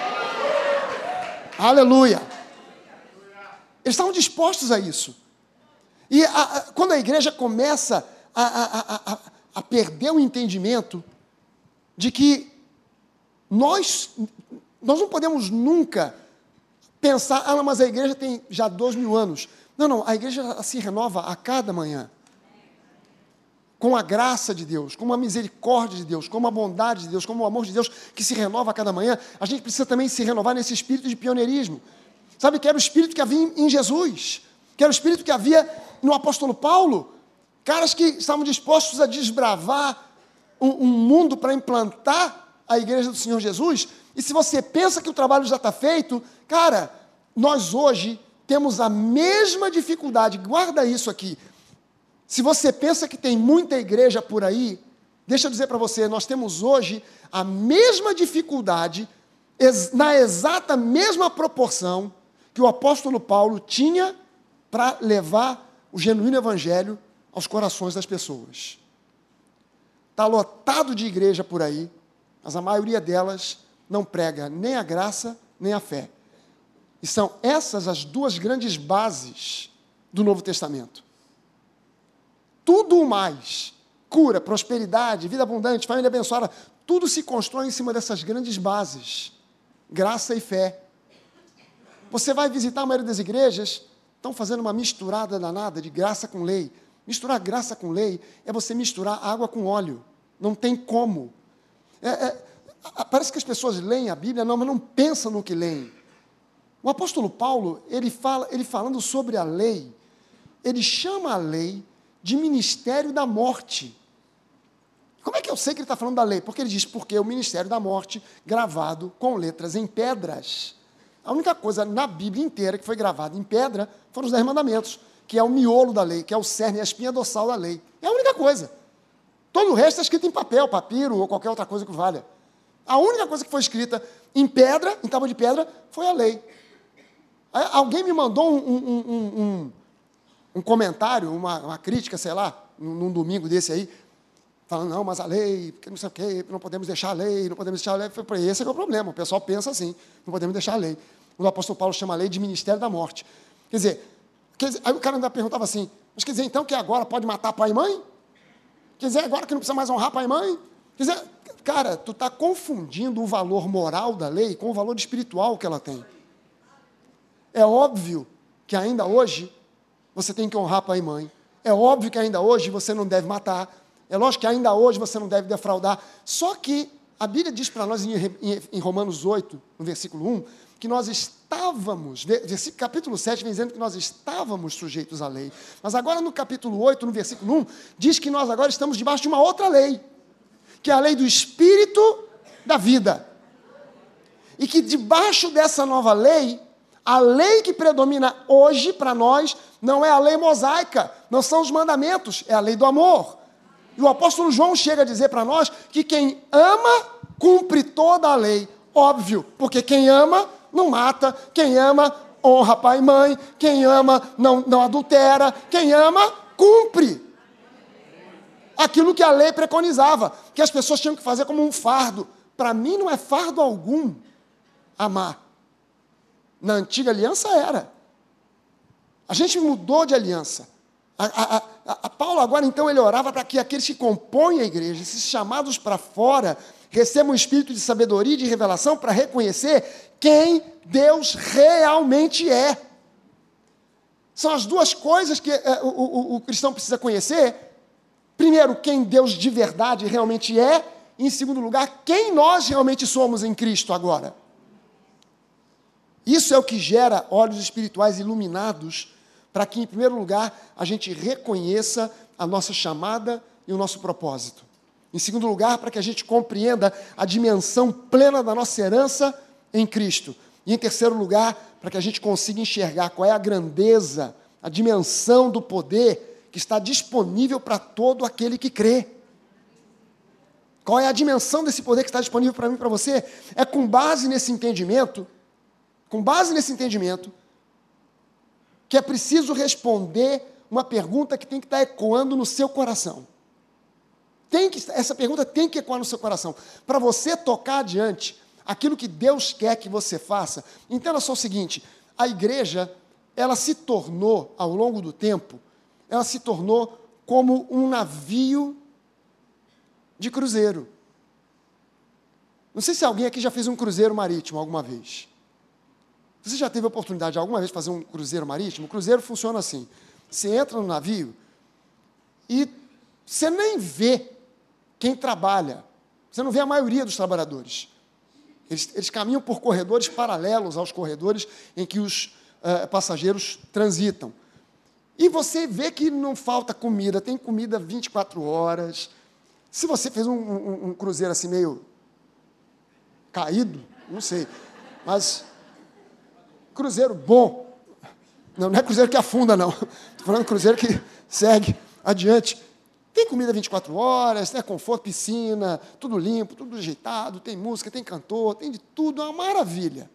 Aleluia. Eles estavam dispostos a isso. E a, a, quando a igreja começa a, a, a, a perder o entendimento de que Nós, nós não podemos nunca pensar, ah, mas a igreja tem já dois mil anos. Não, não, a igreja se renova a cada manhã. Com a graça de Deus, com a misericórdia de Deus, com a bondade de Deus, com o amor de Deus que se renova a cada manhã, a gente precisa também se renovar nesse espírito de pioneirismo. Sabe, que era o espírito que havia em Jesus, que era o espírito que havia no apóstolo Paulo, caras que estavam dispostos a desbravar um, um mundo para implantar a igreja do Senhor Jesus. E se você pensa que o trabalho já está feito, cara, nós hoje temos a mesma dificuldade, guarda isso aqui. Se você pensa que tem muita igreja por aí, deixa eu dizer para você, nós temos hoje a mesma dificuldade, na exata mesma proporção que o apóstolo Paulo tinha para levar o genuíno evangelho aos corações das pessoas. Está lotado de igreja por aí, mas a maioria delas não prega nem a graça, nem a fé. E são essas as duas grandes bases do Novo Testamento. Tudo o mais, cura, prosperidade, vida abundante, família abençoada, tudo se constrói em cima dessas grandes bases, graça e fé. Você vai visitar a maioria das igrejas, estão fazendo uma misturada danada de graça com lei. Misturar graça com lei é você misturar água com óleo. Não tem como. É, é, parece que as pessoas leem a Bíblia, não, mas não pensam no que leem. O apóstolo Paulo, ele, fala, ele falando sobre a lei, ele chama a lei de ministério da morte. Como é que eu sei que ele está falando da lei? Porque ele diz, porque o ministério da morte, gravado com letras em pedras. A única coisa na Bíblia inteira que foi gravada em pedra foram os dez mandamentos, que é o miolo da lei, que é o cerne, a espinha dorsal da lei. É a única coisa. Todo o resto está escrito em papel, papiro ou qualquer outra coisa que valha. A única coisa que foi escrita em pedra, em tábua de pedra, foi a lei. Alguém me mandou um, um, um, um, um comentário, uma, uma crítica, sei lá, num, num domingo desse aí, falando, não, mas a lei, porque não sei o quê, não podemos deixar a lei, não podemos deixar a lei. Eu falei, esse é o problema, o pessoal pensa assim, não podemos deixar a lei. O apóstolo Paulo chama a lei de ministério da morte. Quer dizer, quer dizer aí o cara ainda perguntava assim, mas quer dizer, então que agora pode matar pai e mãe? Quer dizer, agora que não precisa mais honrar pai e mãe? Quer dizer, cara, tu está confundindo o valor moral da lei com o valor espiritual que ela tem. É óbvio que ainda hoje você tem que honrar pai e mãe. É óbvio que ainda hoje você não deve matar. É lógico que ainda hoje você não deve defraudar. Só que a Bíblia diz para nós em Romanos oito, no versículo um, que nós estamos estávamos, versículo, capítulo sete vem dizendo que nós estávamos sujeitos à lei, mas agora no capítulo oito, no versículo um, diz que nós agora estamos debaixo de uma outra lei, que é a lei do Espírito da vida. E que debaixo dessa nova lei, a lei que predomina hoje para nós não é a lei mosaica, não são os mandamentos, é a lei do amor. E o apóstolo João chega a dizer para nós que quem ama, cumpre toda a lei. Óbvio, porque quem ama não mata, quem ama honra pai e mãe, quem ama não, não adultera, quem ama cumpre aquilo que a lei preconizava, que as pessoas tinham que fazer como um fardo. Para mim não é fardo algum amar. Na antiga aliança era. A gente mudou de aliança. A, a, a, a Paulo agora, então, ele orava para que aqueles que compõem a igreja, esses chamados para fora, recebam um espírito de sabedoria e de revelação para reconhecer quem Deus realmente é. São as duas coisas que é, o, o, o cristão precisa conhecer. Primeiro, quem Deus de verdade realmente é. E, em segundo lugar, quem nós realmente somos em Cristo agora. Isso é o que gera olhos espirituais iluminados para que, em primeiro lugar, a gente reconheça a nossa chamada e o nosso propósito. Em segundo lugar, para que a gente compreenda a dimensão plena da nossa herança em Cristo. E, em terceiro lugar, para que a gente consiga enxergar qual é a grandeza, a dimensão do poder que está disponível para todo aquele que crê. Qual é a dimensão desse poder que está disponível para mim e para você? É com base nesse entendimento, com base nesse entendimento, que é preciso responder uma pergunta que tem que estar ecoando no seu coração. Tem que, essa pergunta tem que ecoar no seu coração. Para você tocar adiante aquilo que Deus quer que você faça. Entenda só o seguinte, a igreja, ela se tornou, ao longo do tempo, ela se tornou como um navio de cruzeiro. Não sei se alguém aqui já fez um cruzeiro marítimo alguma vez. Você já teve a oportunidade de alguma vez fazer um cruzeiro marítimo? O cruzeiro funciona assim. Você entra no navio e você nem vê quem trabalha. Você não vê a maioria dos trabalhadores. Eles, eles caminham por corredores paralelos aos corredores em que os uh, passageiros transitam. E você vê que não falta comida, tem comida vinte e quatro horas. Se você fez um, um, um cruzeiro assim meio caído, não sei, mas cruzeiro bom. Não, não é cruzeiro que afunda, não. Estou falando cruzeiro que segue adiante. Tem comida vinte e quatro horas, tem conforto, piscina, tudo limpo, tudo ajeitado, tem música, tem cantor, tem de tudo, é uma maravilha.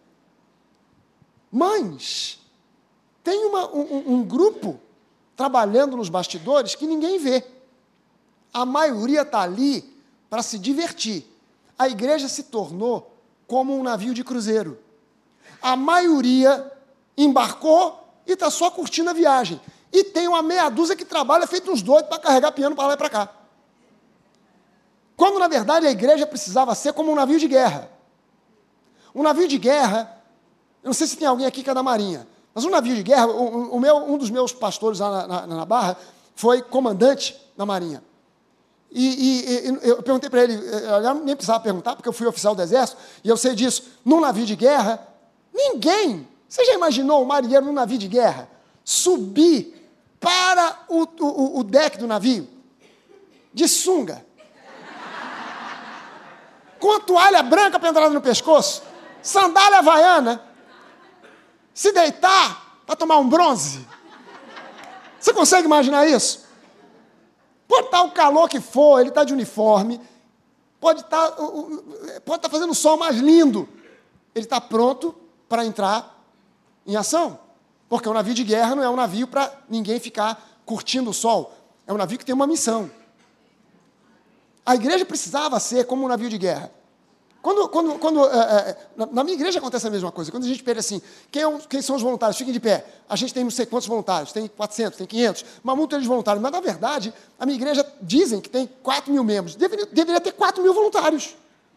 Mas tem uma, um, um grupo trabalhando nos bastidores que ninguém vê. A maioria está ali para se divertir. A igreja se tornou como um navio de cruzeiro. A maioria embarcou e está só curtindo a viagem. E tem uma meia dúzia que trabalha feito uns doidos para carregar piano para lá e para cá. Quando, na verdade, a igreja precisava ser como um navio de guerra. Um navio de guerra, eu não sei se tem alguém aqui que é da Marinha, mas um navio de guerra, o, o meu, um dos meus pastores lá na, na, na Barra foi comandante da Marinha. E, e, e eu perguntei para ele, eu nem precisava perguntar, porque eu fui oficial do Exército, e eu sei disso, num navio de guerra, ninguém, você já imaginou um marinheiro num navio de guerra subir para o, o, o deck do navio de sunga, com a toalha branca pendurada no pescoço, sandália havaiana, se deitar para tomar um bronze? Você consegue imaginar isso? Pode estar o calor que for, ele está de uniforme, pode estar, pode estar fazendo o sol mais lindo, ele está pronto para entrar em ação. Porque um navio de guerra não é um navio para ninguém ficar curtindo o sol, é um navio que tem uma missão. A igreja precisava ser como um navio de guerra. Quando, quando, quando, é, é, na, na minha igreja acontece a mesma coisa. Quando a gente pede assim, quem, é, quem são os voluntários? Fiquem de pé. A gente tem não sei quantos voluntários, tem quatrocentos, tem quinhentos, uma multa de voluntários. Mas, na verdade, a minha igreja dizem que tem quatro mil membros. Deveria, deveria ter quatro mil voluntários.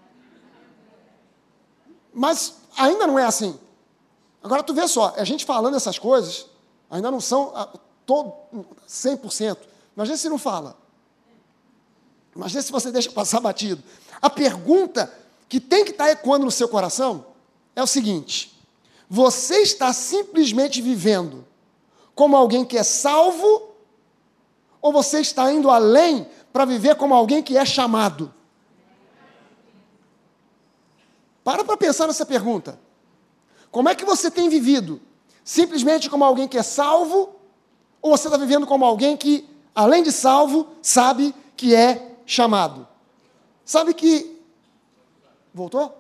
Mas ainda não é assim. Agora, tu vê só, a gente falando essas coisas, ainda não são a, todo, cem por cento. Imagina se não fala. Imagina se você deixa passar batido. A pergunta que tem que estar ecoando no seu coração é o seguinte: Você está simplesmente vivendo como alguém que é salvo, ou você está indo além para viver como alguém que é chamado? Para para pensar nessa pergunta. Como é que você tem vivido? Simplesmente como alguém que é salvo, ou você está vivendo como alguém que, além de salvo, sabe que é chamado? Sabe que... Voltou?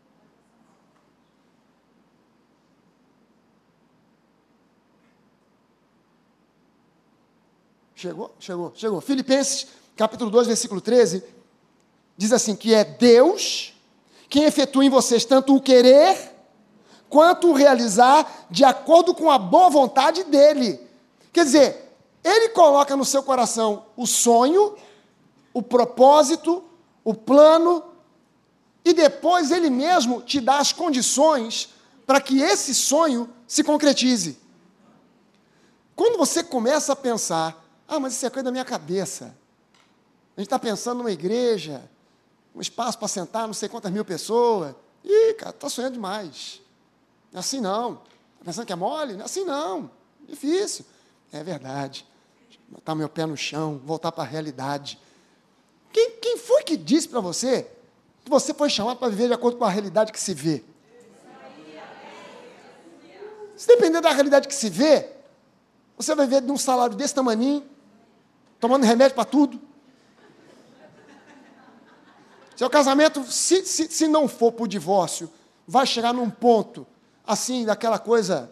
Chegou? Chegou, chegou. Filipenses, capítulo dois, versículo treze, diz assim, que é Deus quem efetua em vocês tanto o querer, quanto o realizar, de acordo com a boa vontade dEle. Quer dizer, Ele coloca no seu coração o sonho, o propósito, o plano, e depois Ele mesmo te dá as condições para que esse sonho se concretize. Quando você começa a pensar, ah, mas isso é coisa da minha cabeça. A gente está pensando numa igreja, um espaço para sentar não sei quantas mil pessoas. Ih, cara, está sonhando demais. Não é assim não. Está pensando que é mole? Não é assim não. Difícil. É verdade. Botar meu pé no chão, voltar para a realidade. Quem, quem foi que disse para você que você foi chamado para viver de acordo com a realidade que se vê? Se depender da realidade que se vê, você vai viver de um salário desse tamaninho, tomando remédio para tudo. Seu casamento, se, se, se não for por divórcio, vai chegar num ponto, assim, daquela coisa...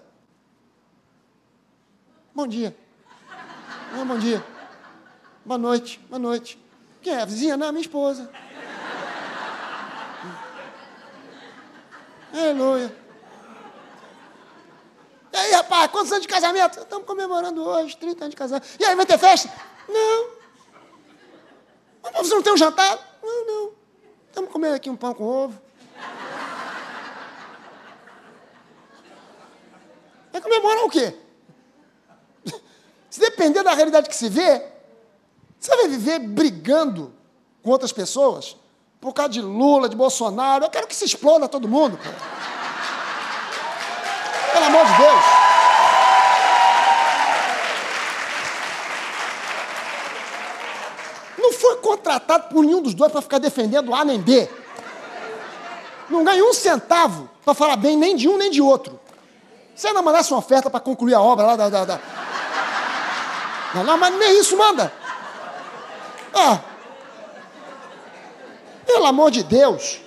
Bom dia. Ah, bom dia. Boa noite, boa noite. Quem é? A vizinha? Não, minha esposa. Aleluia. E aí, rapaz, quantos anos de casamento? Estamos comemorando hoje, trinta anos de casamento. E aí, vai ter festa? Não. Mas você não tem um jantar? Não, não. Estamos comendo aqui um pão com ovo. Vai comemorar o quê? Se depender da realidade que se vê, você vai viver brigando com outras pessoas por causa de Lula, de Bolsonaro. Eu quero que se exploda todo mundo, cara. Pelo amor de Deus. Não foi contratado por nenhum dos dois para ficar defendendo A nem B. Não ganhou um centavo para falar bem nem de um nem de outro. Você não mandasse uma oferta para concluir a obra lá da... da, da... Não, não, mas nem isso manda. Ah, pelo amor de Deus.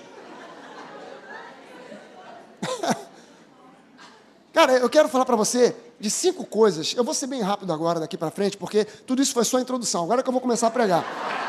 Cara, eu quero falar para você de cinco coisas. Eu vou ser bem rápido agora, daqui para frente, porque tudo isso foi só a introdução. Agora que eu vou começar a pregar.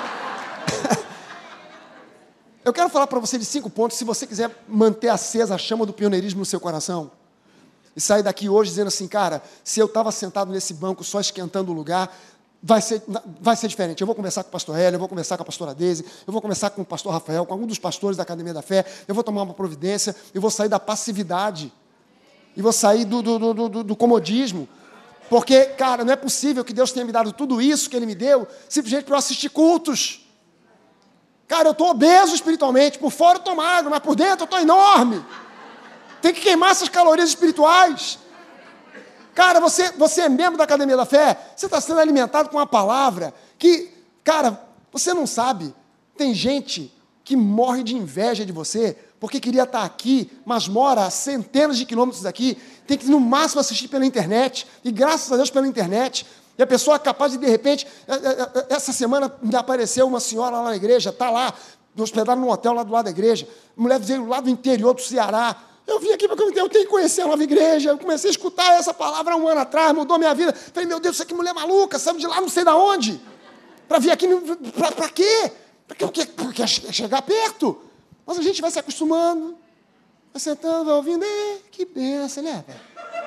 Eu quero falar para você de cinco pontos, se você quiser manter acesa a chama do pioneirismo no seu coração. E sair daqui hoje dizendo assim, cara, se eu estava sentado nesse banco só esquentando o lugar, vai ser, vai ser diferente. Eu vou conversar com o pastor Hélio, eu vou conversar com a pastora Deise, eu vou conversar com o pastor Rafael, com algum dos pastores da Academia da Fé, eu vou tomar uma providência, eu vou sair da passividade, e vou sair do, do, do, do, do comodismo, porque, cara, não é possível que Deus tenha me dado tudo isso que Ele me deu, simplesmente para eu assistir cultos. Cara, eu estou obeso espiritualmente, por fora eu estou magro, mas por dentro eu estou enorme. Tem que queimar essas calorias espirituais. Cara, você, você é membro da Academia da Fé, você está sendo alimentado com uma palavra que, cara, você não sabe. Tem gente que morre de inveja de você, porque queria estar aqui, mas mora a centenas de quilômetros daqui, tem que, no máximo, assistir pela internet, e graças a Deus pela internet, e a pessoa é capaz de, de repente, essa semana me apareceu uma senhora lá na igreja, está lá, hospedada num hotel lá do lado da igreja, a mulher veio lá do interior do Ceará. Eu vim aqui porque eu tenho que conhecer a nova igreja. Eu comecei a escutar essa palavra há um ano atrás, mudou minha vida. Falei, meu Deus, isso aqui é mulher maluca, sabe de lá não sei de onde. Para vir aqui, para quê? Porque quer chegar perto. Mas a gente vai se acostumando, vai sentando, vai ouvindo. É, que benção, né, velho?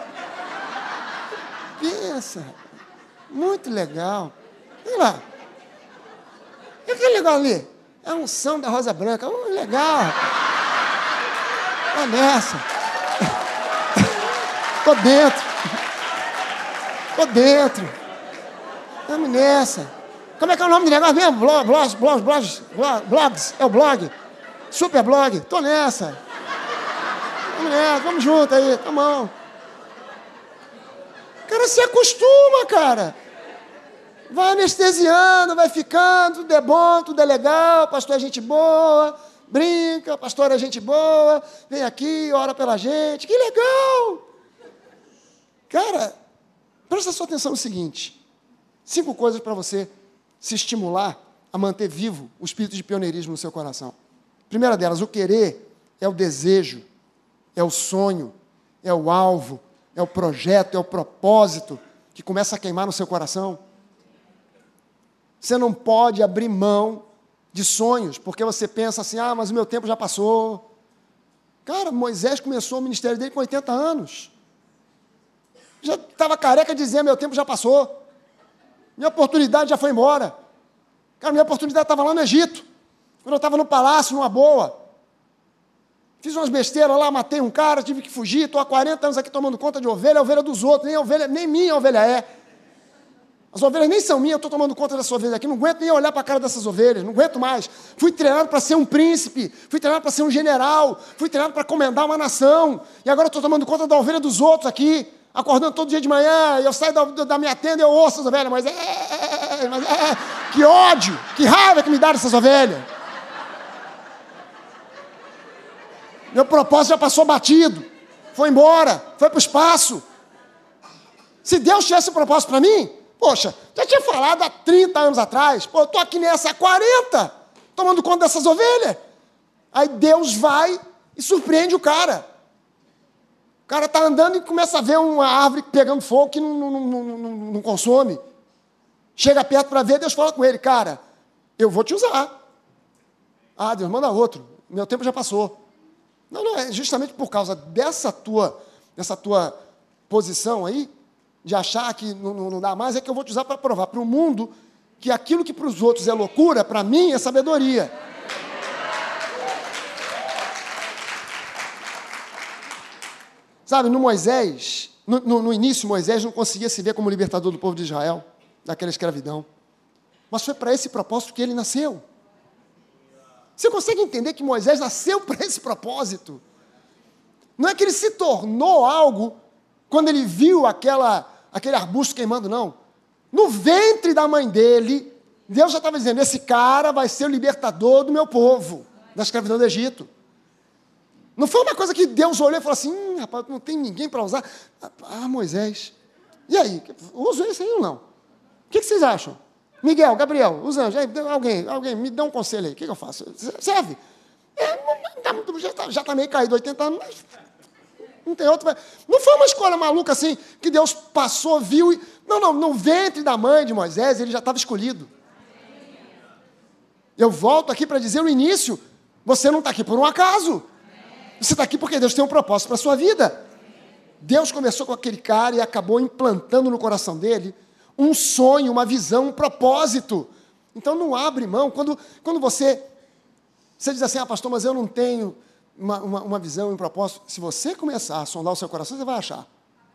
Que benção. Muito legal. Olha lá. E aquele negócio ali? É a unção da Rosa Branca. Oh, legal. Olha nessa. Tô dentro. Tô dentro. Vamos nessa. Como é que é o nome do negócio mesmo? Blog, blogs, blogs, blogs, blogs. É o blog. Super blog. Tô nessa. vamos nessa, vamos junto aí, tá bom. O cara se acostuma, cara. Vai anestesiando, vai ficando, tudo é bom, tudo é legal, pastor é gente boa, brinca, pastor é gente boa, vem aqui, ora pela gente, que legal. Cara, presta sua atenção no seguinte, cinco coisas para você se estimular a manter vivo o espírito de pioneirismo no seu coração. Primeira delas, o querer é o desejo, é o sonho, é o alvo, é o projeto, é o propósito que começa a queimar no seu coração. Você não pode abrir mão de sonhos, porque você pensa assim, ah, mas o meu tempo já passou. Cara, Moisés começou o ministério dele com oitenta anos. Já estava careca de dizer, meu tempo já passou. Minha oportunidade já foi embora. Cara, minha oportunidade estava lá no Egito, quando eu estava no palácio, numa boa. Fiz umas besteiras lá, matei um cara, tive que fugir, estou há quarenta anos aqui tomando conta de ovelha, a ovelha dos outros, nem, ovelha, nem minha ovelha é. As ovelhas nem são minhas, eu estou tomando conta dessas ovelhas aqui, não aguento nem olhar para a cara dessas ovelhas, não aguento mais. Fui treinado para ser um príncipe, fui treinado para ser um general, fui treinado para comandar uma nação, e agora estou tomando conta da ovelha dos outros aqui, acordando todo dia de manhã, e eu saio da, da minha tenda e eu ouço as ovelhas, mas é, é, mas é, que ódio, que raiva que me dá dessas ovelhas. Meu propósito já passou batido, foi embora, foi para o espaço. Se Deus tivesse um propósito para mim, poxa, já tinha falado há trinta anos atrás, pô, eu estou aqui nessa há quarenta, tomando conta dessas ovelhas. Aí Deus vai e surpreende o cara. O cara está andando e começa a ver uma árvore pegando fogo que não, não, não, não, não consome. Chega perto para ver, Deus fala com ele, cara, eu vou te usar. Ah, Deus, manda outro, meu tempo já passou. Não, não, é justamente por causa dessa tua, dessa tua posição aí, de achar que não, não, não dá mais, é que eu vou te usar para provar para o mundo que aquilo que para os outros é loucura, para mim é sabedoria. Sabe, no Moisés, no, no, no início Moisés não conseguia se ver como libertador do povo de Israel, daquela escravidão. Mas foi para esse propósito que ele nasceu. Você consegue entender que Moisés nasceu para esse propósito? Não é que ele se tornou algo quando ele viu aquela, aquele arbusto queimando, não. No ventre da mãe dele, Deus já estava dizendo, esse cara vai ser o libertador do meu povo, da escravidão do Egito. Não foi uma coisa que Deus olhou e falou assim, hum, rapaz, não tem ninguém para usar. Ah, Moisés, e aí, uso esse aí ou não? O que, que vocês acham? Miguel, Gabriel, os anjos, alguém, alguém, me dá um conselho aí, o que, que eu faço? Serve? É, já está já tá meio caído, oitenta anos, mas não tem outro. Não foi uma escolha maluca assim, que Deus passou, viu. E... Não, não, no ventre da mãe de Moisés, ele já estava escolhido. Eu volto aqui para dizer no início, você não está aqui por um acaso. Você está aqui porque Deus tem um propósito para a sua vida. Deus começou com aquele cara e acabou implantando no coração dele um sonho, uma visão, um propósito. Então não abre mão. Quando, quando você, você diz assim, ah, pastor, mas eu não tenho uma, uma, uma visão e um propósito. Se você começar a sondar o seu coração, você vai achar.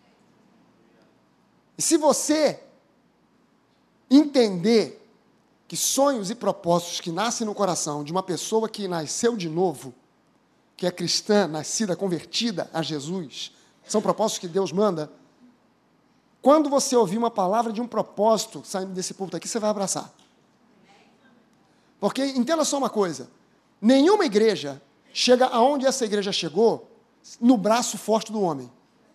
E se você entender que sonhos e propósitos que nascem no coração de uma pessoa que nasceu de novo, que é cristã, nascida, convertida a Jesus, são propósitos que Deus manda, quando você ouvir uma palavra de um propósito saindo desse púlpito aqui, você vai abraçar. Porque, entenda só uma coisa, nenhuma igreja chega aonde essa igreja chegou no braço forte do homem.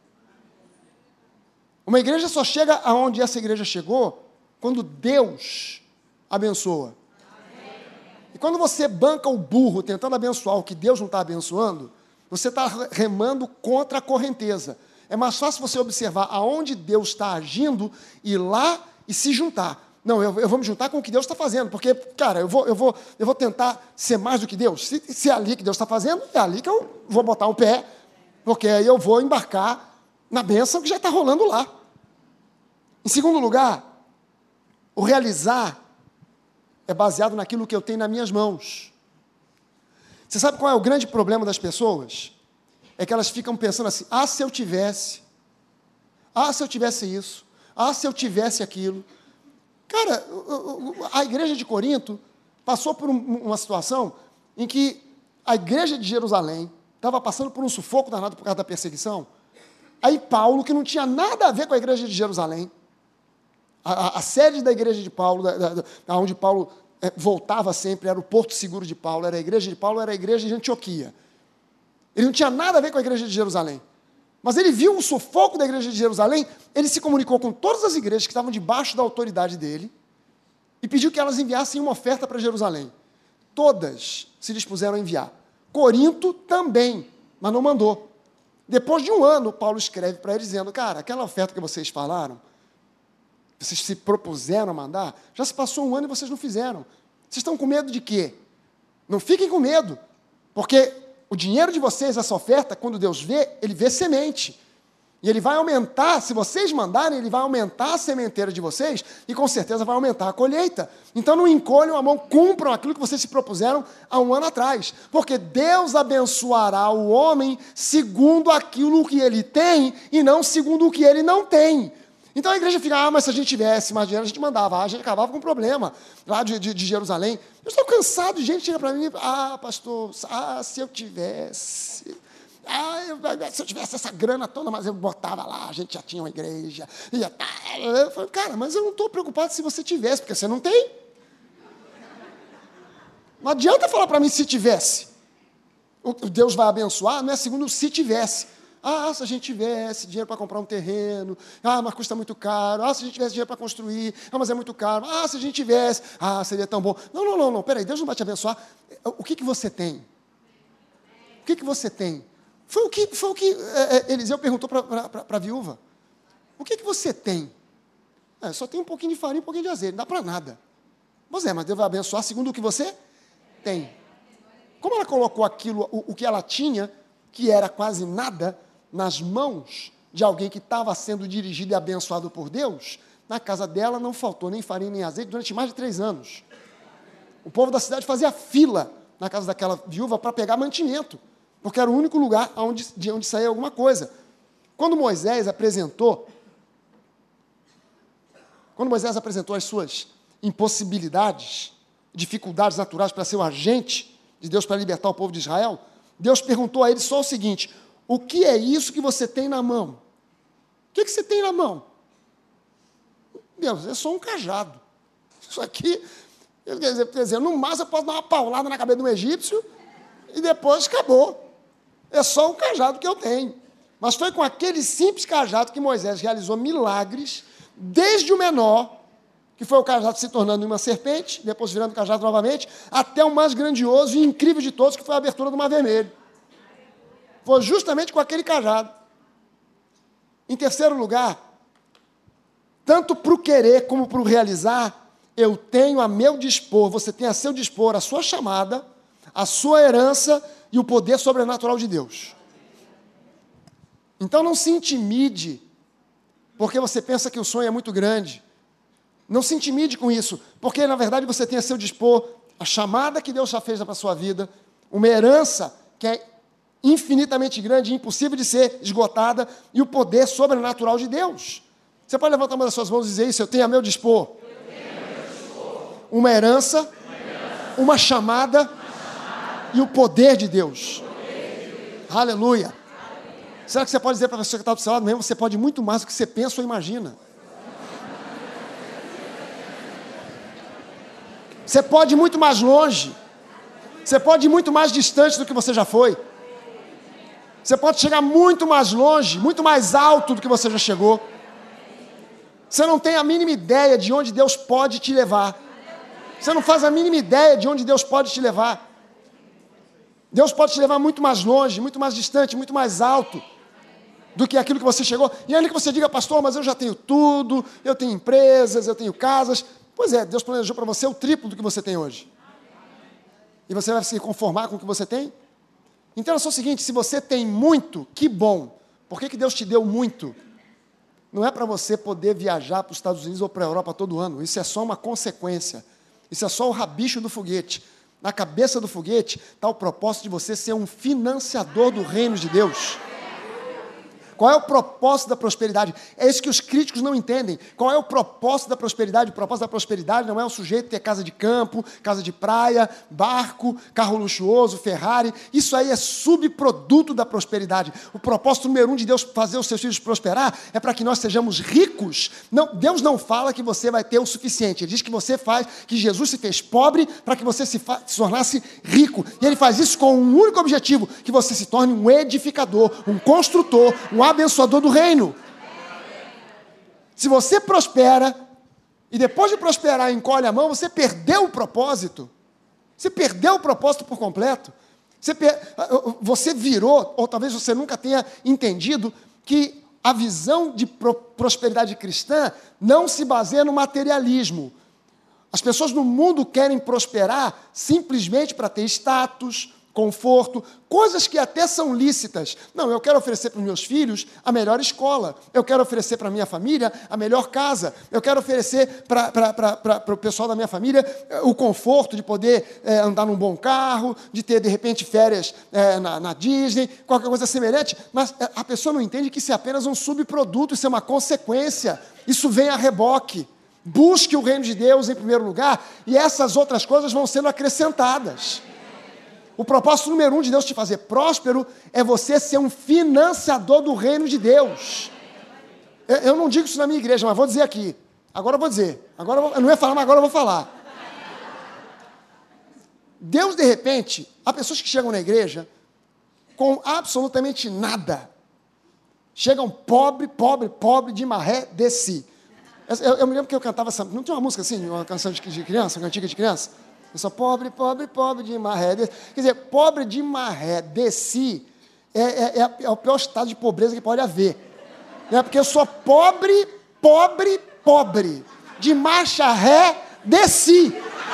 Uma igreja só chega aonde essa igreja chegou quando Deus abençoa. E quando você banca o burro tentando abençoar o que Deus não está abençoando, você está remando contra a correnteza. É mais fácil você observar aonde Deus está agindo, ir lá e se juntar. Não, eu, eu vou me juntar com o que Deus está fazendo, porque, cara, eu vou, eu vou, eu vou tentar ser mais do que Deus. Se, se é ali que Deus está fazendo, é ali que eu vou botar o pé, porque aí eu vou embarcar na bênção que já está rolando lá. Em segundo lugar, o realizar é baseado naquilo que eu tenho nas minhas mãos. Você sabe qual é o grande problema das pessoas? É que elas ficam pensando assim, ah, se eu tivesse, ah, se eu tivesse isso, ah, se eu tivesse aquilo. Cara, a igreja de Corinto passou por uma situação em que a igreja de Jerusalém estava passando por um sufoco danado por causa da perseguição. Aí Paulo, que não tinha nada a ver com a igreja de Jerusalém, a, a, a sede da igreja de Paulo, da, da, da onde Paulo é, voltava sempre, era o porto seguro de Paulo, era a igreja de Paulo, era a igreja de Antioquia. Ele não tinha nada a ver com a igreja de Jerusalém. Mas ele viu o sufoco da igreja de Jerusalém, ele se comunicou com todas as igrejas que estavam debaixo da autoridade dele e pediu que elas enviassem uma oferta para Jerusalém. Todas se dispuseram a enviar. Corinto também, mas não mandou. Depois de um ano, Paulo escreve para eles dizendo, cara, aquela oferta que vocês falaram, vocês se propuseram a mandar, já se passou um ano e vocês não fizeram. Vocês estão com medo de quê? Não fiquem com medo, porque o dinheiro de vocês, essa oferta, quando Deus vê, Ele vê semente. E Ele vai aumentar, se vocês mandarem, Ele vai aumentar a sementeira de vocês e com certeza vai aumentar a colheita. Então não encolham a mão, cumpram aquilo que vocês se propuseram há um ano atrás. Porque Deus abençoará o homem segundo aquilo que ele tem e não segundo o que ele não tem. Então a igreja fica, ah, mas se a gente tivesse mais dinheiro, a gente mandava. Ah, a gente acabava com um problema lá de, de, de Jerusalém. Eu estou cansado de gente chega para mim, ah, pastor, ah, se eu tivesse... Ah, eu, se eu tivesse essa grana toda, mas eu botava lá, a gente já tinha uma igreja. Ia, eu falei, cara, mas eu não estou preocupado se você tivesse, porque você não tem. Não adianta falar para mim se tivesse. O Deus vai abençoar, não é segundo se tivesse. Ah, se a gente tivesse dinheiro para comprar um terreno, ah, mas custa muito caro, ah, se a gente tivesse dinheiro para construir, ah, mas é muito caro, ah, se a gente tivesse, ah, seria tão bom. Não, não, não, não, peraí, Deus não vai te abençoar. O que, que você tem? O que, que você tem? Foi o que, foi o que é, Eliseu perguntou para a viúva. O que, que você tem? É, só tem um pouquinho de farinha e um pouquinho de azeite, não dá para nada. Pois é, mas Deus vai abençoar segundo o que você tem. Como ela colocou aquilo, o, o que ela tinha, que era quase nada, nas mãos de alguém que estava sendo dirigido e abençoado por Deus, na casa dela não faltou nem farinha nem azeite durante mais de três anos. O povo da cidade fazia fila na casa daquela viúva para pegar mantimento, porque era o único lugar onde, de onde saía alguma coisa. Quando Moisés apresentou, quando Moisés apresentou as suas impossibilidades, dificuldades naturais para ser o agente de Deus para libertar o povo de Israel, Deus perguntou a ele só o seguinte, o que é isso que você tem na mão? O que, que você tem na mão? Deus, é só um cajado. Isso aqui, quer dizer, quer dizer, no máximo eu posso dar uma paulada na cabeça de um egípcio e depois acabou. É só um cajado que eu tenho. Mas foi com aquele simples cajado que Moisés realizou milagres, desde o menor, que foi o cajado se tornando uma serpente, depois virando cajado novamente, até o mais grandioso e incrível de todos, que foi a abertura do Mar Vermelho. Foi justamente com aquele cajado. Em terceiro lugar, tanto para o querer como para o realizar, eu tenho a meu dispor, você tem a seu dispor a sua chamada, a sua herança e o poder sobrenatural de Deus. Então não se intimide, porque você pensa que o sonho é muito grande. Não se intimide com isso, porque na verdade você tem a seu dispor a chamada que Deus já fez para a sua vida, uma herança que é infinitamente grande, impossível de ser esgotada, e o poder sobrenatural de Deus. Você pode levantar uma das suas mãos e dizer isso, eu tenho a meu dispor. Eu tenho a meu dispor. Uma herança, uma, herança, uma, chamada, uma chamada e o poder de Deus. Poder de Deus. Aleluia. Aleluia. Será que você pode dizer para a pessoa que está do seu lado mesmo, você pode muito mais do que você pensa ou imagina? Você pode ir muito mais longe. Você pode ir muito mais distante do que você já foi. Você pode chegar muito mais longe, muito mais alto do que você já chegou. Você não tem a mínima ideia de onde Deus pode te levar. Você não faz a mínima ideia de onde Deus pode te levar. Deus pode te levar muito mais longe, muito mais distante, muito mais alto do que aquilo que você chegou. E ainda que você diga, pastor, mas eu já tenho tudo, eu tenho empresas, eu tenho casas. Pois é, Deus planejou para você o triplo do que você tem hoje. E você vai se conformar com o que você tem? Então é só o seguinte, se você tem muito, que bom. Por que que Deus te deu muito? Não é para você poder viajar para os Estados Unidos ou para a Europa todo ano. Isso é só uma consequência. Isso é só o rabicho do foguete. Na cabeça do foguete está o propósito de você ser um financiador do reino de Deus. Qual é o propósito da prosperidade? É isso que os críticos não entendem. Qual é o propósito da prosperidade? O propósito da prosperidade não é o sujeito ter casa de campo, casa de praia, barco, carro luxuoso, Ferrari. Isso aí é subproduto da prosperidade. O propósito número um de Deus fazer os seus filhos prosperar é para que nós sejamos ricos. Não, Deus não fala que você vai ter o suficiente. Ele diz que você faz, que Jesus se fez pobre para que você se, fa- se tornasse rico. E Ele faz isso com um único objetivo, que você se torne um edificador, um construtor, um abençoador do reino. Se você prospera, e depois de prosperar encolhe a mão, você perdeu o propósito. Você perdeu o propósito por completo. Você, per... você virou, ou talvez você nunca tenha entendido, que a visão de pro... prosperidade cristã não se baseia no materialismo. As pessoas no mundo querem prosperar simplesmente para ter status, conforto, coisas que até são lícitas. Não, eu quero oferecer para os meus filhos a melhor escola, eu quero oferecer para a minha família a melhor casa, eu quero oferecer para, para, para, para, para o pessoal da minha família o conforto de poder é, andar num bom carro, de ter, de repente, férias é, na, na Disney, qualquer coisa semelhante, mas a pessoa não entende que isso é apenas um subproduto, isso é uma consequência, isso vem a reboque. Busque o reino de Deus em primeiro lugar e essas outras coisas vão sendo acrescentadas. O propósito número um de Deus te fazer próspero é você ser um financiador do reino de Deus. Eu não digo isso na minha igreja, mas vou dizer aqui. Agora eu vou dizer. Agora eu, vou, eu não ia falar, mas agora eu vou falar. Deus, de repente, há pessoas que chegam na igreja com absolutamente nada. Chegam pobre, pobre, pobre, de maré de si. Eu, eu me lembro que eu cantava essa... Não tinha uma música assim, uma canção de, de criança, uma cantiga de criança? Eu sou pobre, pobre, pobre de maré. Quer dizer, pobre de maré de si é, é, é o pior estado de pobreza que pode haver. É porque eu sou pobre, pobre, pobre. De marcha ré de si.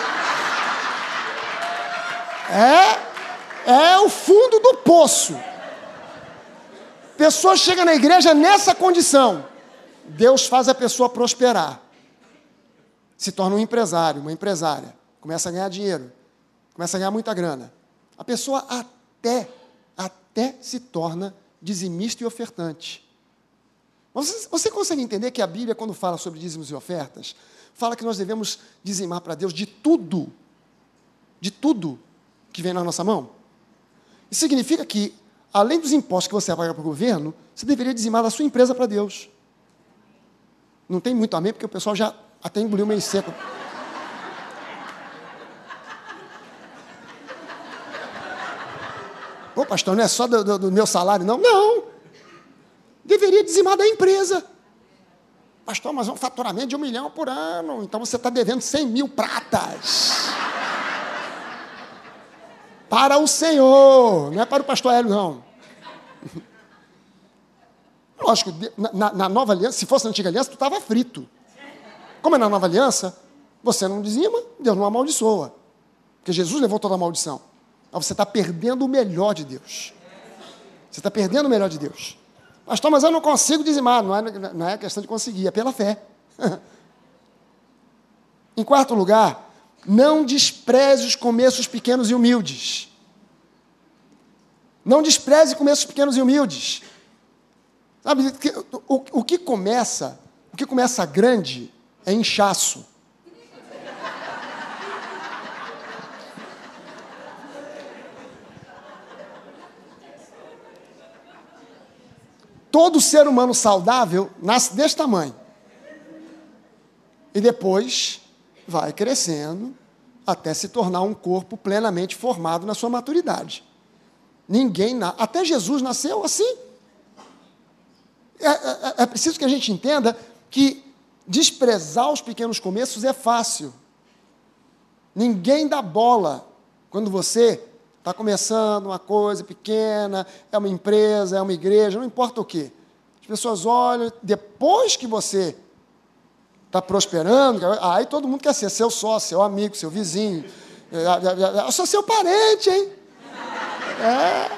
É, é o fundo do poço. Pessoa chega na igreja nessa condição. Deus faz a pessoa prosperar. Se torna um empresário, uma empresária. Começa a ganhar dinheiro, começa a ganhar muita grana. A pessoa até, até se torna dizimista e ofertante. Você, você consegue entender que a Bíblia, quando fala sobre dízimos e ofertas, fala que nós devemos dizimar para Deus de tudo, de tudo que vem na nossa mão? Isso significa que, além dos impostos que você paga para o governo, você deveria dizimar da sua empresa para Deus. Não tem muito amém, porque o pessoal já até engoliu meio seco. Pô, pastor, não é só do, do, do meu salário, não? Não. Deveria dizimar da empresa. Pastor, mas é um faturamento de um milhão por ano. Então você está devendo cem mil pratas. Para o Senhor. Não é para o pastor Hélio, não. Lógico, na, na nova aliança, se fosse na antiga aliança, tu estava frito. Como é na nova aliança, você não dizima, Deus não amaldiçoa. Porque Jesus levou toda a maldição. Mas você está perdendo o melhor de Deus. Você está perdendo o melhor de Deus. Pastor, mas eu não consigo dizimar. Não é, não é questão de conseguir, é pela fé. Em quarto lugar, não despreze os começos pequenos e humildes. Não despreze começos pequenos e humildes. Sabe, o, o que começa, o que começa grande é inchaço. Todo ser humano saudável nasce desse tamanho. E depois vai crescendo até se tornar um corpo plenamente formado na sua maturidade. Ninguém, na... até Jesus nasceu assim. É, é, é preciso que a gente entenda que desprezar os pequenos começos é fácil. Ninguém dá bola quando você está começando uma coisa pequena, é uma empresa, é uma igreja, não importa o quê. As pessoas olham, depois que você está prosperando, aí todo mundo quer ser seu sócio, seu amigo, seu vizinho. Eu sou seu parente, hein? É.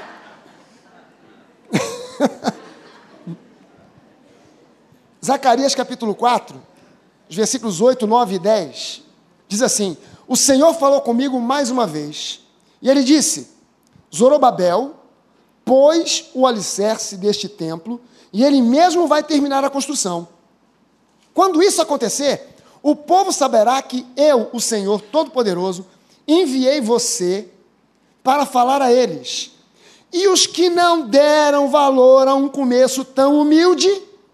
Zacarias capítulo quatro, os versículos oito, nove e dez, diz assim: o Senhor falou comigo mais uma vez, e ele disse: Zorobabel, pôs o alicerce deste templo e ele mesmo vai terminar a construção. Quando isso acontecer, o povo saberá que eu, o Senhor Todo-Poderoso, enviei você para falar a eles. E os que não deram valor a um começo tão humilde,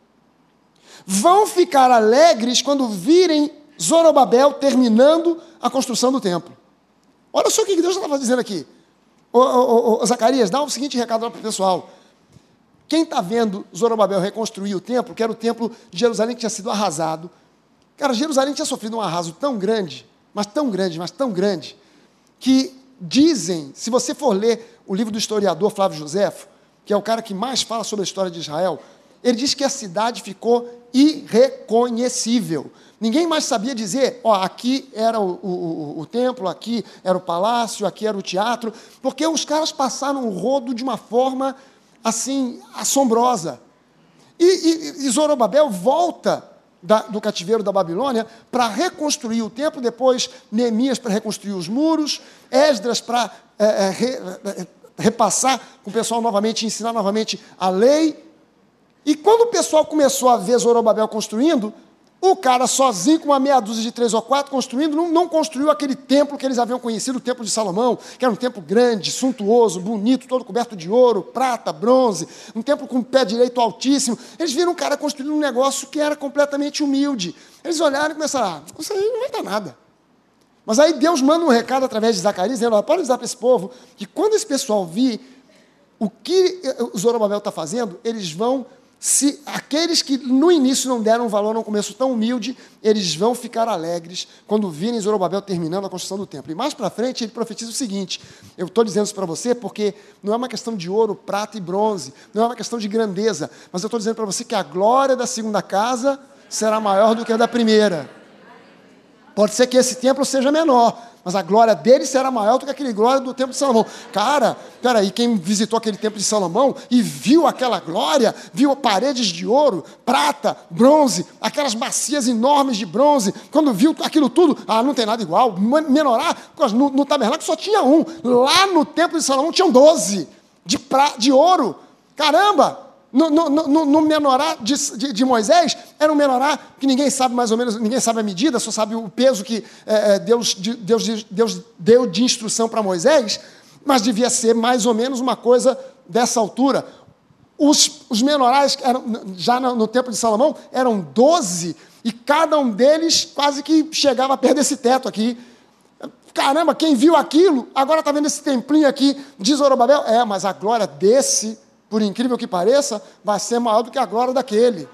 vão ficar alegres quando virem Zorobabel terminando a construção do templo. Olha só o que Deus estava dizendo aqui. Ô, ô, ô, Zacarias, dá o seguinte recado lá para o pessoal. Quem está vendo Zorobabel reconstruir o templo, que era o templo de Jerusalém que tinha sido arrasado. Cara, Jerusalém tinha sofrido um arraso tão grande, mas tão grande, mas tão grande, que dizem, se você for ler o livro do historiador Flávio Joséfo, que é o cara que mais fala sobre a história de Israel, ele diz que a cidade ficou irreconhecível. Ninguém mais sabia dizer, ó, aqui era o, o, o, o templo, aqui era o palácio, aqui era o teatro, porque os caras passaram o rodo de uma forma, assim, assombrosa. E, e, e Zorobabel volta da, do cativeiro da Babilônia para reconstruir o templo, depois Neemias para reconstruir os muros, Esdras para é, é, re, é, repassar com o pessoal novamente, ensinar novamente a lei. E quando o pessoal começou a ver Zorobabel construindo, o cara sozinho, com uma meia dúzia de três ou quatro, construindo, não, não construiu aquele templo que eles haviam conhecido, o Templo de Salomão, que era um templo grande, suntuoso, bonito, todo coberto de ouro, prata, bronze, um templo com pé direito altíssimo. Eles viram um cara construindo um negócio que era completamente humilde. Eles olharam e começaram, ah, isso aí não vai dar nada. Mas aí Deus manda um recado através de Zacarias, dizendo, pode avisar para esse povo, que quando esse pessoal vir o que o Zorobabel está fazendo, eles vão... Se aqueles que no início não deram valor no começo tão humilde, eles vão ficar alegres quando virem Zorobabel terminando a construção do templo. E mais para frente ele profetiza o seguinte, eu estou dizendo isso para você porque não é uma questão de ouro, prata e bronze, não é uma questão de grandeza, mas eu estou dizendo para você que a glória da segunda casa será maior do que a da primeira. Pode ser que esse templo seja menor, mas a glória dele será maior do que aquele glória do templo de Salomão. Cara, peraí, quem visitou aquele templo de Salomão e viu aquela glória, viu paredes de ouro, prata, bronze, aquelas bacias enormes de bronze, quando viu aquilo tudo, ah, não tem nada igual. Menorá, no, no tabernáculo só tinha um, lá no templo de Salomão tinham doze, de, pra, de ouro. Caramba! No, no, no, no menorá de, de, de Moisés, era um menorá que ninguém sabe mais ou menos, ninguém sabe a medida, só sabe o peso que é, Deus, Deus, Deus deu de instrução para Moisés, mas devia ser mais ou menos uma coisa dessa altura. Os, os menorais, eram, já no, no templo de Salomão, eram doze, e cada um deles quase que chegava perto desse teto aqui. Caramba, quem viu aquilo, agora está vendo esse templinho aqui de Zorobabel? É, mas a glória desse... por incrível que pareça, vai ser maior do que a glória daquele.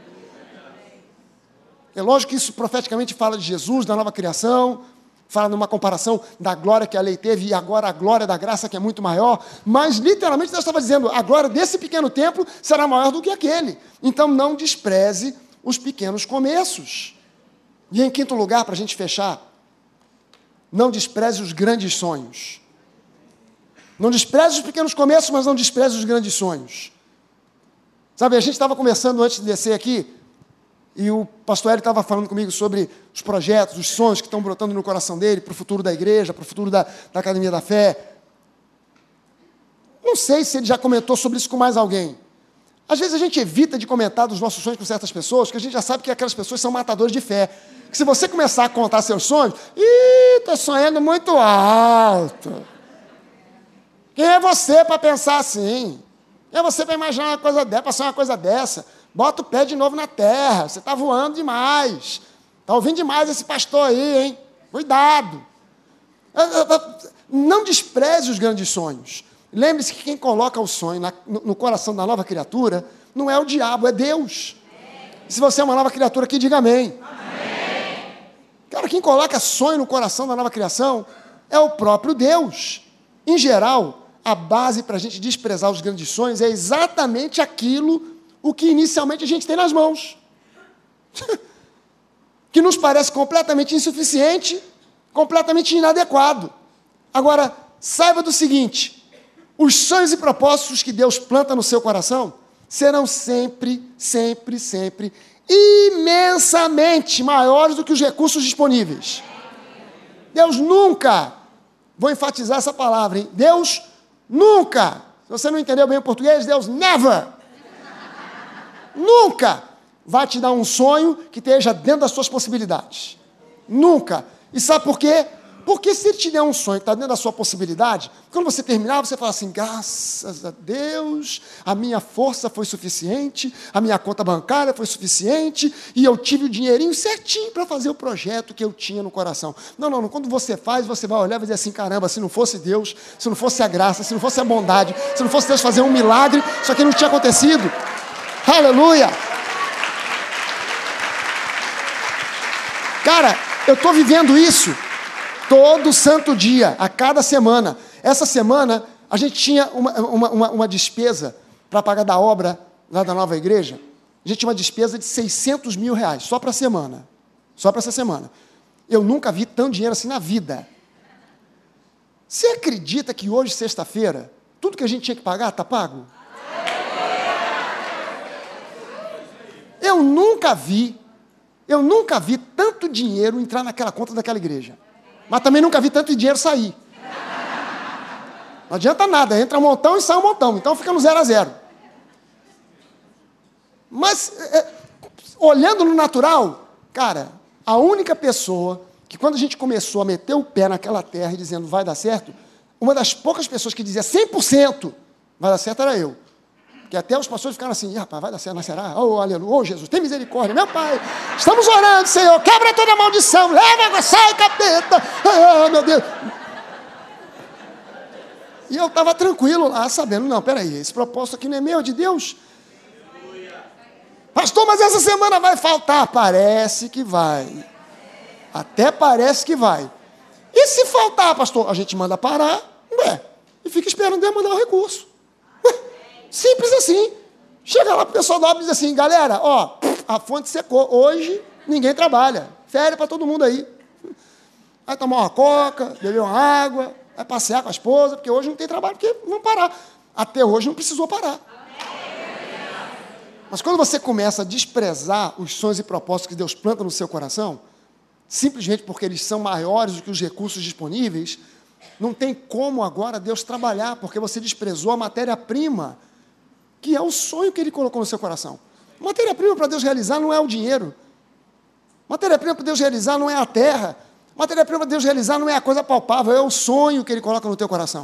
É lógico que isso profeticamente fala de Jesus, da nova criação, fala numa comparação da glória que a lei teve e agora a glória da graça que é muito maior, mas literalmente Deus estava dizendo, a glória desse pequeno templo será maior do que aquele. Então não despreze os pequenos começos. E em quinto lugar, para a gente fechar, não despreze os grandes sonhos. Não despreze os pequenos começos, mas não despreze os grandes sonhos. Sabe, a gente estava conversando antes de descer aqui, e o pastor Hélio estava falando comigo sobre os projetos, os sonhos que estão brotando no coração dele, para o futuro da igreja, para o futuro da, da Academia da Fé. Não sei se ele já comentou sobre isso com mais alguém. Às vezes a gente evita de comentar dos nossos sonhos com certas pessoas, porque a gente já sabe que aquelas pessoas são matadores de fé. Que se você começar a contar seus sonhos, ih, estou sonhando muito alto. Quem é você para pensar assim? Quem é você para imaginar uma coisa dessa, para ser uma coisa dessa? Bota o pé de novo na terra, você está voando demais. Está ouvindo demais esse pastor aí, hein? Cuidado. Não despreze os grandes sonhos. Lembre-se que quem coloca o sonho na, no, no coração da nova criatura não é o diabo, é Deus. E se você é uma nova criatura aqui, diga amém. Amém. Cara, quem coloca sonho no coração da nova criação é o próprio Deus. Em geral, a base para a gente desprezar os grandes sonhos é exatamente aquilo o que inicialmente a gente tem nas mãos. Que nos parece completamente insuficiente, completamente inadequado. Agora, saiba do seguinte, os sonhos e propósitos que Deus planta no seu coração serão sempre, sempre, sempre imensamente maiores do que os recursos disponíveis. Deus nunca, vou enfatizar essa palavra, hein? Deus nunca, você não entendeu bem o português, Deus never, nunca vai te dar um sonho que esteja dentro das suas possibilidades. Nunca. E sabe por quê? Porque se ele te der um sonho que está dentro da sua possibilidade, quando você terminar, você fala assim, graças a Deus, a minha força foi suficiente, a minha conta bancária foi suficiente, e eu tive o dinheirinho certinho para fazer o projeto que eu tinha no coração. Não, não, não, quando você faz, você vai olhar e vai dizer assim, caramba, se não fosse Deus, se não fosse a graça, se não fosse a bondade, se não fosse Deus fazer um milagre, isso aqui não tinha acontecido. Aleluia! Cara, eu estou vivendo isso todo santo dia, a cada semana. Essa semana, a gente tinha uma, uma, uma, uma despesa para pagar da obra lá da nova igreja. A gente tinha uma despesa de seiscentos mil reais, só para a semana. Só para essa semana. Eu nunca vi tanto dinheiro assim na vida. Você acredita que hoje, sexta-feira, tudo que a gente tinha que pagar está pago? Eu nunca vi, eu nunca vi tanto dinheiro entrar naquela conta daquela igreja. Mas também nunca vi tanto dinheiro sair. Não adianta nada, entra um montão e sai um montão. Então fica no zero a zero. Mas, é, olhando no natural, cara, a única pessoa que quando a gente começou a meter o pé naquela terra e dizendo vai dar certo, uma das poucas pessoas que dizia cem por cento vai dar certo era eu. Que até os pastores ficaram assim, rapaz, vai dar certo, não será? Oh, aleluia, oh, Jesus, tem misericórdia, meu Pai, estamos orando, Senhor, quebra toda maldição, leva água, sai, capeta, oh, meu Deus. E eu estava tranquilo lá, sabendo, não, peraí, esse propósito aqui não é meu, é de Deus. Pastor, mas essa semana vai faltar. Parece que vai. Até parece que vai. E se faltar, pastor? A gente manda parar, ué, e fica esperando Deus mandar o recurso. Simples assim. Chega lá para o pessoal da obra e diz assim, galera, ó, a fonte secou, hoje ninguém trabalha, férias para todo mundo aí. Vai tomar uma coca, beber uma água, vai passear com a esposa, porque hoje não tem trabalho, porque vão parar. Até hoje não precisou parar. Mas quando você começa a desprezar os sonhos e propósitos que Deus planta no seu coração, simplesmente porque eles são maiores do que os recursos disponíveis, não tem como agora Deus trabalhar, porque você desprezou a matéria-prima, que é o sonho que Ele colocou no seu coração. Matéria-prima para Deus realizar não é o dinheiro. Matéria-prima para Deus realizar não é a terra. Matéria-prima para Deus realizar não é a coisa palpável, é o sonho que Ele coloca no teu coração.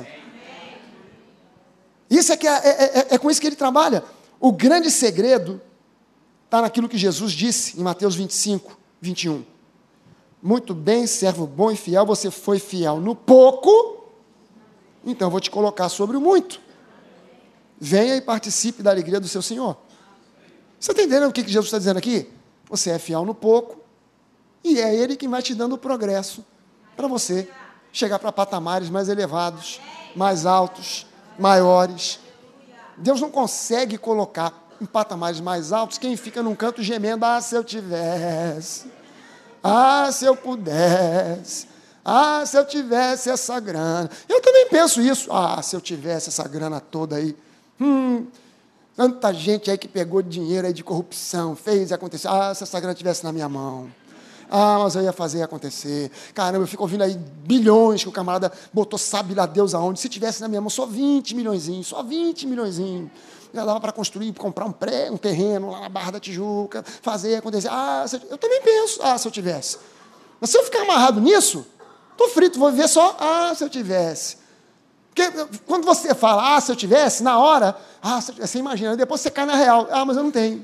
Isso é, que é, é, é, é com isso que Ele trabalha. O grande segredo está naquilo que Jesus disse em Mateus vinte e cinco, vinte e um. Muito bem, servo bom e fiel, você foi fiel no pouco, então eu vou te colocar sobre o muito. Venha e participe da alegria do seu Senhor. Você está entendendo o que Jesus está dizendo aqui? Você é fiel no pouco, e é Ele que vai te dando o progresso para você chegar para patamares mais elevados, mais altos, maiores. Deus não consegue colocar em patamares mais altos quem fica num canto gemendo, ah, se eu tivesse, ah, se eu pudesse, ah, se eu tivesse essa grana. Eu também penso isso, ah, se eu tivesse essa grana toda aí, hum, tanta gente aí que pegou dinheiro aí de corrupção, fez e aconteceu, ah, se essa grana estivesse na minha mão, ah, mas eu ia fazer acontecer. Caramba, eu fico ouvindo aí bilhões que o camarada botou, sabe lá Deus aonde. Se tivesse na minha mão só vinte milhõezinhos, só vinte milhõezinhos. Já dava para construir, comprar um, pré, um terreno lá na Barra da Tijuca, fazer acontecer. Ah, se eu, eu também penso, ah, se eu tivesse. Mas se eu ficar amarrado nisso, estou frito, vou viver só, ah, se eu tivesse. Porque quando você fala, ah, se eu tivesse, na hora, ah, se eu tivesse, você imagina, depois você cai na real, ah, mas eu não tenho.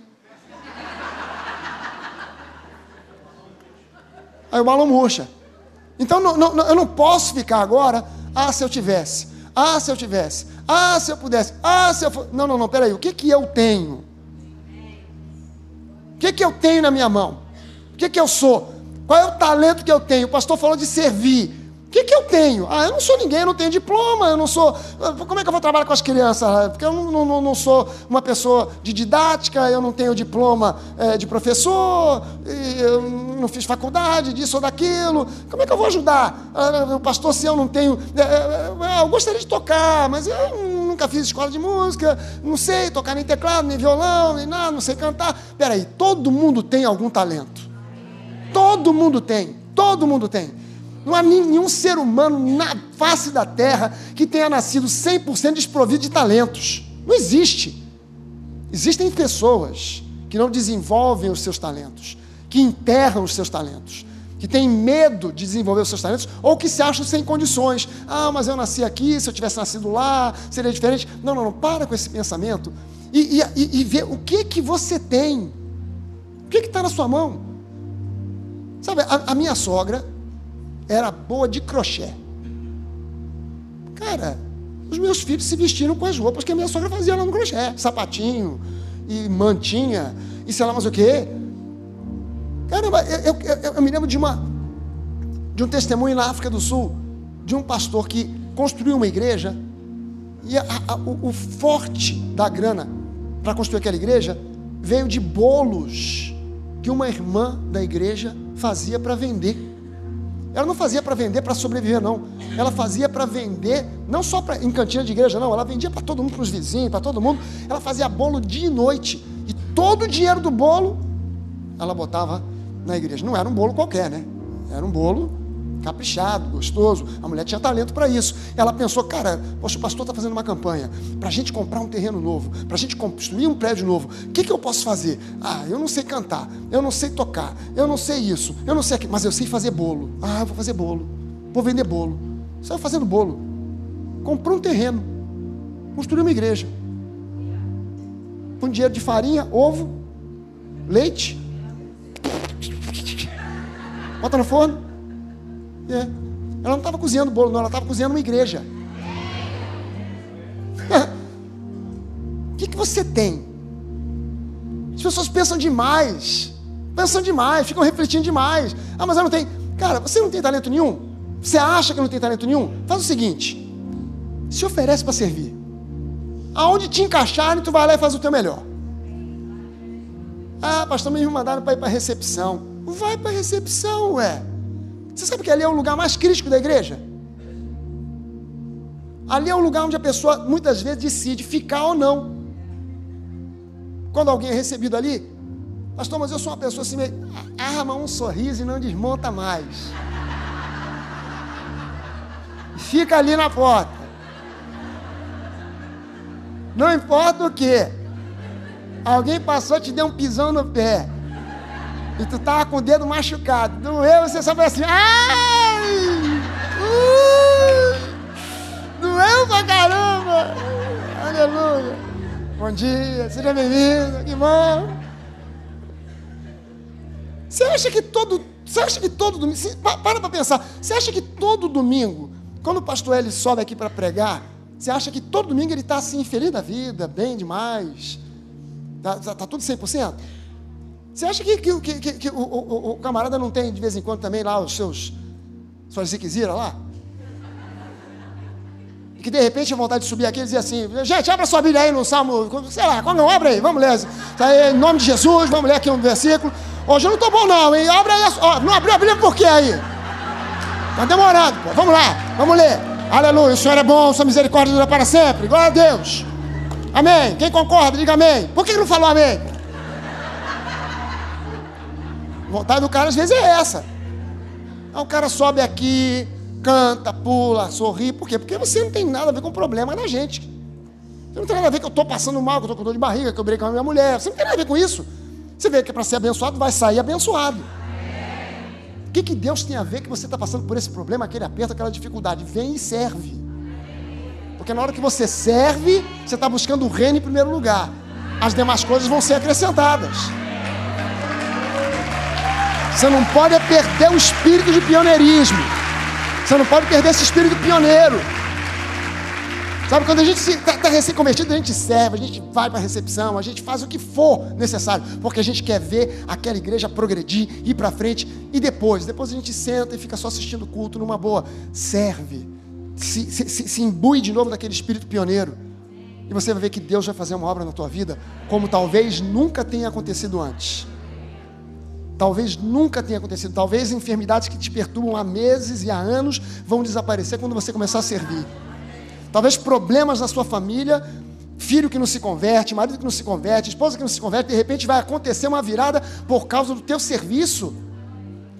Aí o balão murcha. Então, não, não, eu não posso ficar agora, ah, se eu tivesse, ah, se eu tivesse, ah, se eu pudesse, ah, se eu fosse... Não, não, não, peraí, o que que eu tenho? O que que eu tenho na minha mão? O que que eu sou? Qual é o talento que eu tenho? O pastor falou de servir. O que que eu tenho? Ah, eu não sou ninguém, eu não tenho diploma, eu não sou... Como é que eu vou trabalhar com as crianças? Porque eu não, não, não sou uma pessoa de didática, eu não tenho diploma é, de professor, eu não fiz faculdade disso ou daquilo. Como é que eu vou ajudar? Ah, o pastor, se eu não tenho... É, eu gostaria de tocar, mas eu nunca fiz escola de música, não sei tocar nem teclado, nem violão, nem nada, não sei cantar. Peraí, todo mundo tem algum talento. Todo mundo tem, todo mundo tem. Não há nenhum ser humano na face da terra que tenha nascido cem por cento desprovido de talentos. Não existe. Existem pessoas que não desenvolvem os seus talentos, que enterram os seus talentos, que têm medo de desenvolver os seus talentos, ou que se acham sem condições. Ah, mas eu nasci aqui, se eu tivesse nascido lá, seria diferente. Não, não, não, para com esse pensamento e, e, e vê o que que você tem, o que que está na sua mão. Sabe, a, a minha sogra era boa de crochê. Cara, os meus filhos se vestiram com as roupas que a minha sogra fazia lá no crochê, sapatinho e mantinha e sei lá mais o quê. Caramba, eu, eu, eu me lembro de, uma, de um testemunho na África do Sul, de um pastor que construiu uma igreja, e a, a, o, o forte da grana para construir aquela igreja veio de bolos que uma irmã da igreja fazia para vender. Ela não fazia para vender para sobreviver, não. Ela fazia para vender, não só pra, em cantina de igreja, não. Ela vendia para todo mundo, para os vizinhos, para todo mundo. Ela fazia bolo dia e noite, e todo o dinheiro do bolo ela botava na igreja. Não era um bolo qualquer, né? Era um bolo caprichado, gostoso. A mulher tinha talento para isso. Ela pensou, cara, poxa, o pastor está fazendo uma campanha para a gente comprar um terreno novo, para a gente construir um prédio novo. O que, que eu posso fazer? Ah, eu não sei cantar, eu não sei tocar, eu não sei isso, eu não sei aquilo, mas eu sei fazer bolo. Ah, eu vou fazer bolo, vou vender bolo. Saiu fazendo bolo. Comprou um terreno, construiu uma igreja. Com dinheiro de farinha, ovo, leite. Bota no forno. É. Ela não estava cozinhando bolo, não, ela estava cozinhando uma igreja. O que, que você tem? As pessoas pensam demais, pensam demais, ficam refletindo demais. Ah, mas eu não tenho. Cara, você não tem talento nenhum? Você acha que não tem talento nenhum? Faz o seguinte: se oferece para servir. Aonde te encaixarem, tu vai lá e faz o teu melhor. Ah, pastor, me mandaram para ir para a recepção. Vai para a recepção, ué. Você sabe que ali é o lugar mais crítico da igreja? Ali é o lugar onde a pessoa muitas vezes decide ficar ou não. Quando alguém é recebido ali, pastor, mas eu sou uma pessoa assim meio, arma um sorriso e não desmonta mais. Fica ali na porta. Não importa o que. Alguém passou e te deu um pisão no pé. E tu tava com o dedo machucado. Doeu, você só foi assim. Ai! Uh! Doeu pra caramba! Aleluia! Bom dia, seja bem-vindo, que bom! Você acha que todo. Você acha que todo domingo. Para pra pensar. Você acha que todo domingo, quando o pastor Eli sobe aqui para pregar, você acha que todo domingo ele está assim, feliz da vida, bem demais? Tá, tá, tá tudo cem por cento? Você acha que, que, que, que, que o, o, o camarada não tem de vez em quando também lá os seus suas ziquezira lá? E que de repente a vontade de subir aqui e dizer assim, gente, abra sua Bíblia aí no Salmo, sei lá, qual não, abre aí, vamos ler. Tá aí, em nome de Jesus, vamos ler aqui um versículo. Hoje eu não estou bom não, hein? Abre aí, ó, não abriu a Bíblia por quê aí? Tá demorando, pô. Vamos lá, vamos ler. Aleluia, o Senhor é bom, sua misericórdia dura para sempre, glória a Deus. Amém, quem concorda, diga amém. Por que não falou amém? A vontade do cara às vezes é essa. Aí o cara sobe aqui, canta, pula, sorri. Por quê? Porque você não tem nada a ver com o problema da gente. Você não tem nada a ver que eu estou passando mal, que eu estou com dor de barriga, que eu briguei com a minha mulher. Você não tem nada a ver com isso. Você vê que para ser abençoado vai sair abençoado. O que, que Deus tem a ver que você está passando por esse problema, aquele aperto, aquela dificuldade? Vem e serve. Porque na hora que você serve, você está buscando o reino em primeiro lugar. As demais coisas vão ser acrescentadas. Você não pode perder o espírito de pioneirismo. Você não pode perder esse espírito pioneiro. Sabe, quando a gente está tá recém-convertido, a gente serve, a gente vai para a recepção, a gente faz o que for necessário, porque a gente quer ver aquela igreja progredir, ir para frente, e depois, depois a gente senta e fica só assistindo o culto numa boa. Serve, se, se, se, se imbui de novo daquele espírito pioneiro, e você vai ver que Deus vai fazer uma obra na tua vida, como talvez nunca tenha acontecido antes. Talvez nunca tenha acontecido. Talvez enfermidades que te perturbam há meses e há anos vão desaparecer quando você começar a servir. Talvez problemas na sua família, filho que não se converte, marido que não se converte, esposa que não se converte, de repente vai acontecer uma virada por causa do teu serviço.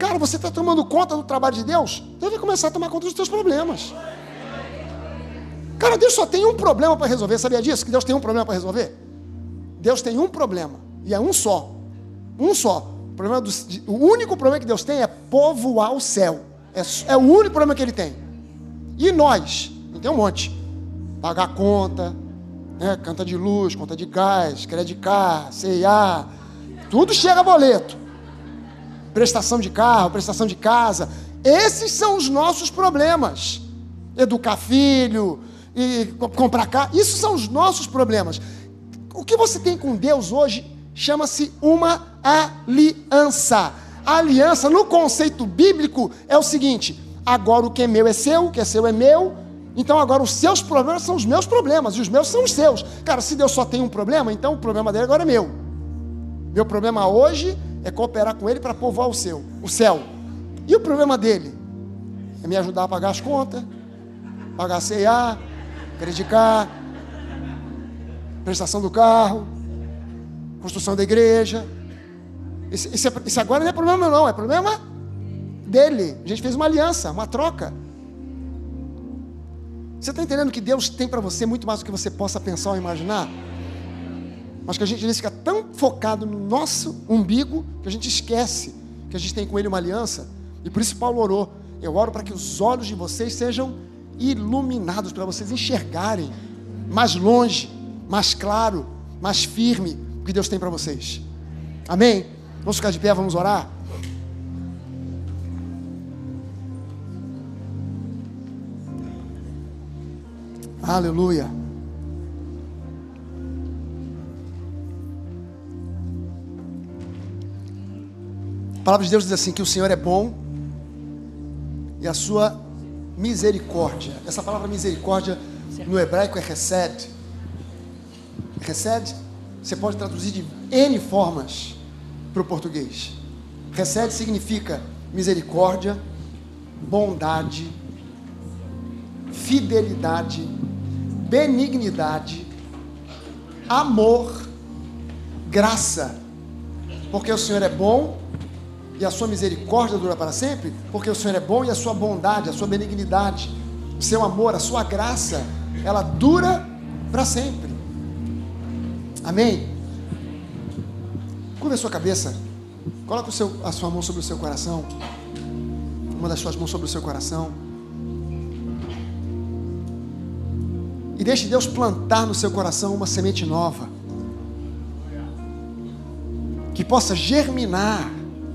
Cara, você está tomando conta do trabalho de Deus? Deus vai começar a tomar conta dos teus problemas. Cara, Deus só tem um problema para resolver. Sabia disso? Que Deus tem um problema para resolver? Deus tem um problema. E é um só. Um só. O, problema do, o único problema que Deus tem é povoar o céu. É, é o único problema que Ele tem. E nós? Tem um monte. Pagar conta, né? Conta de luz, conta de gás, crédito de carro, C e A. Tudo chega a boleto. Prestação de carro, prestação de casa. Esses são os nossos problemas. Educar filho, e comprar carro. Isso são os nossos problemas. O que você tem com Deus hoje chama-se uma aliança. A aliança, no conceito bíblico, é o seguinte: agora o que é meu é seu, o que é seu é meu. Então agora os seus problemas são os meus problemas, e os meus são os seus. Cara, se Deus só tem um problema, então o problema dele agora é meu. Meu problema hoje é cooperar com Ele para povoar o seu, o céu. E o problema dele é me ajudar a pagar as contas, pagar a C e A, creditar, prestação do carro, construção da igreja. Esse, esse, esse agora não é problema meu não, é problema dele. A gente fez uma aliança, uma troca. Você está entendendo que Deus tem para você muito mais do que você possa pensar ou imaginar? Mas que a gente às vezes fica tão focado no nosso umbigo que a gente esquece que a gente tem com Ele uma aliança. E por isso Paulo orou: eu oro para que os olhos de vocês sejam iluminados, para vocês enxergarem mais longe, mais claro, mais firme o que Deus tem para vocês. Amém? Vamos ficar de pé, vamos orar? Aleluia. A palavra de Deus diz assim, que o Senhor é bom e a sua misericórdia. Essa palavra misericórdia no hebraico é chesed. Chesed, você pode traduzir de N formas para o português. Chesed significa misericórdia, bondade, fidelidade, benignidade, amor, graça. Porque o Senhor é bom e a sua misericórdia dura para sempre, porque o Senhor é bom e a sua bondade, a sua benignidade, o seu amor, a sua graça, ela dura para sempre. Amém? Curva a sua cabeça, coloca o seu, a sua mão sobre o seu coração, uma das suas mãos sobre o seu coração, e deixe Deus plantar no seu coração uma semente nova, que possa germinar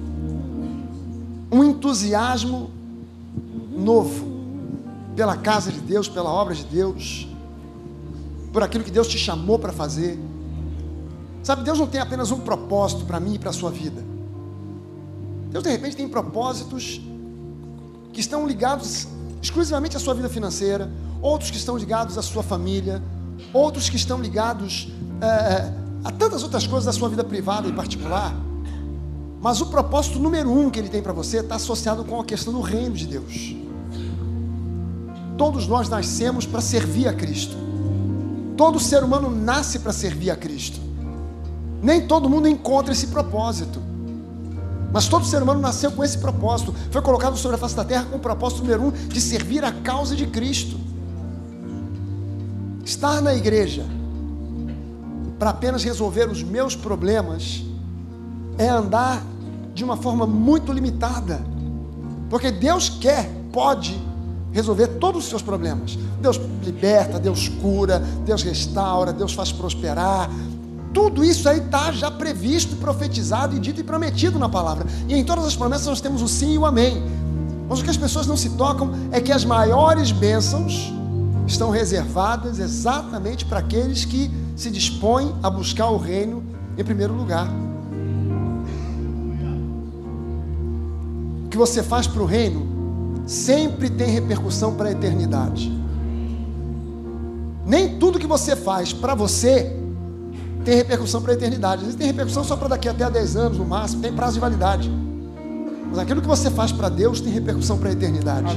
um entusiasmo novo pela casa de Deus, pela obra de Deus, por aquilo que Deus te chamou para fazer. Sabe, Deus não tem apenas um propósito para mim e para a sua vida. Deus de repente tem propósitos que estão ligados exclusivamente à sua vida financeira, outros que estão ligados à sua família, outros que estão ligados é, a tantas outras coisas da sua vida privada e particular. Mas o propósito número um que Ele tem para você está associado com a questão do reino de Deus. Todos nós nascemos para servir a Cristo. Todo ser humano nasce para servir a Cristo. Nem todo mundo encontra esse propósito, mas todo ser humano nasceu com esse propósito. Foi colocado sobre a face da terra com o propósito número um, de servir a causa de Cristo. Estar na igreja para apenas resolver os meus problemas é andar de uma forma muito limitada, porque Deus quer, pode resolver todos os seus problemas. Deus liberta, Deus cura, Deus restaura, Deus faz prosperar. Tudo isso aí está já previsto, profetizado e dito e prometido na palavra. E em todas as promessas nós temos o sim e o amém. Mas o que as pessoas não se tocam é que as maiores bênçãos estão reservadas exatamente para aqueles que se dispõem a buscar o reino em primeiro lugar. O que você faz para o reino sempre tem repercussão para a eternidade. Nem tudo que você faz para você tem repercussão para a eternidade. Às vezes tem repercussão só para daqui até dez anos no máximo, tem prazo de validade. Mas aquilo que você faz para Deus tem repercussão para a eternidade.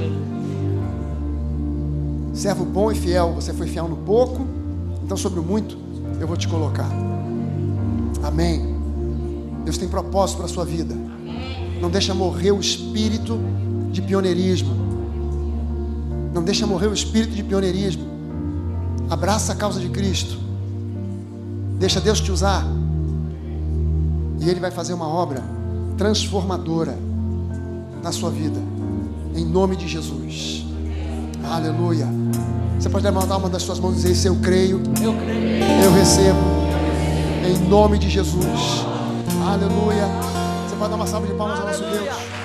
Servo bom e fiel, você foi fiel no pouco, então sobre o muito eu vou te colocar. Amém. Deus tem propósito para a sua vida. Não deixa morrer o espírito de pioneirismo. Não deixa morrer o espírito de pioneirismo. Abraça a causa de Cristo. Deixa Deus te usar. E Ele vai fazer uma obra transformadora na sua vida. Em nome de Jesus. Aleluia. Você pode levantar uma das suas mãos e dizer isso: eu creio. Eu creio. Eu recebo. Em nome de Jesus. Aleluia. Você pode dar uma salva de palmas ao nosso Deus.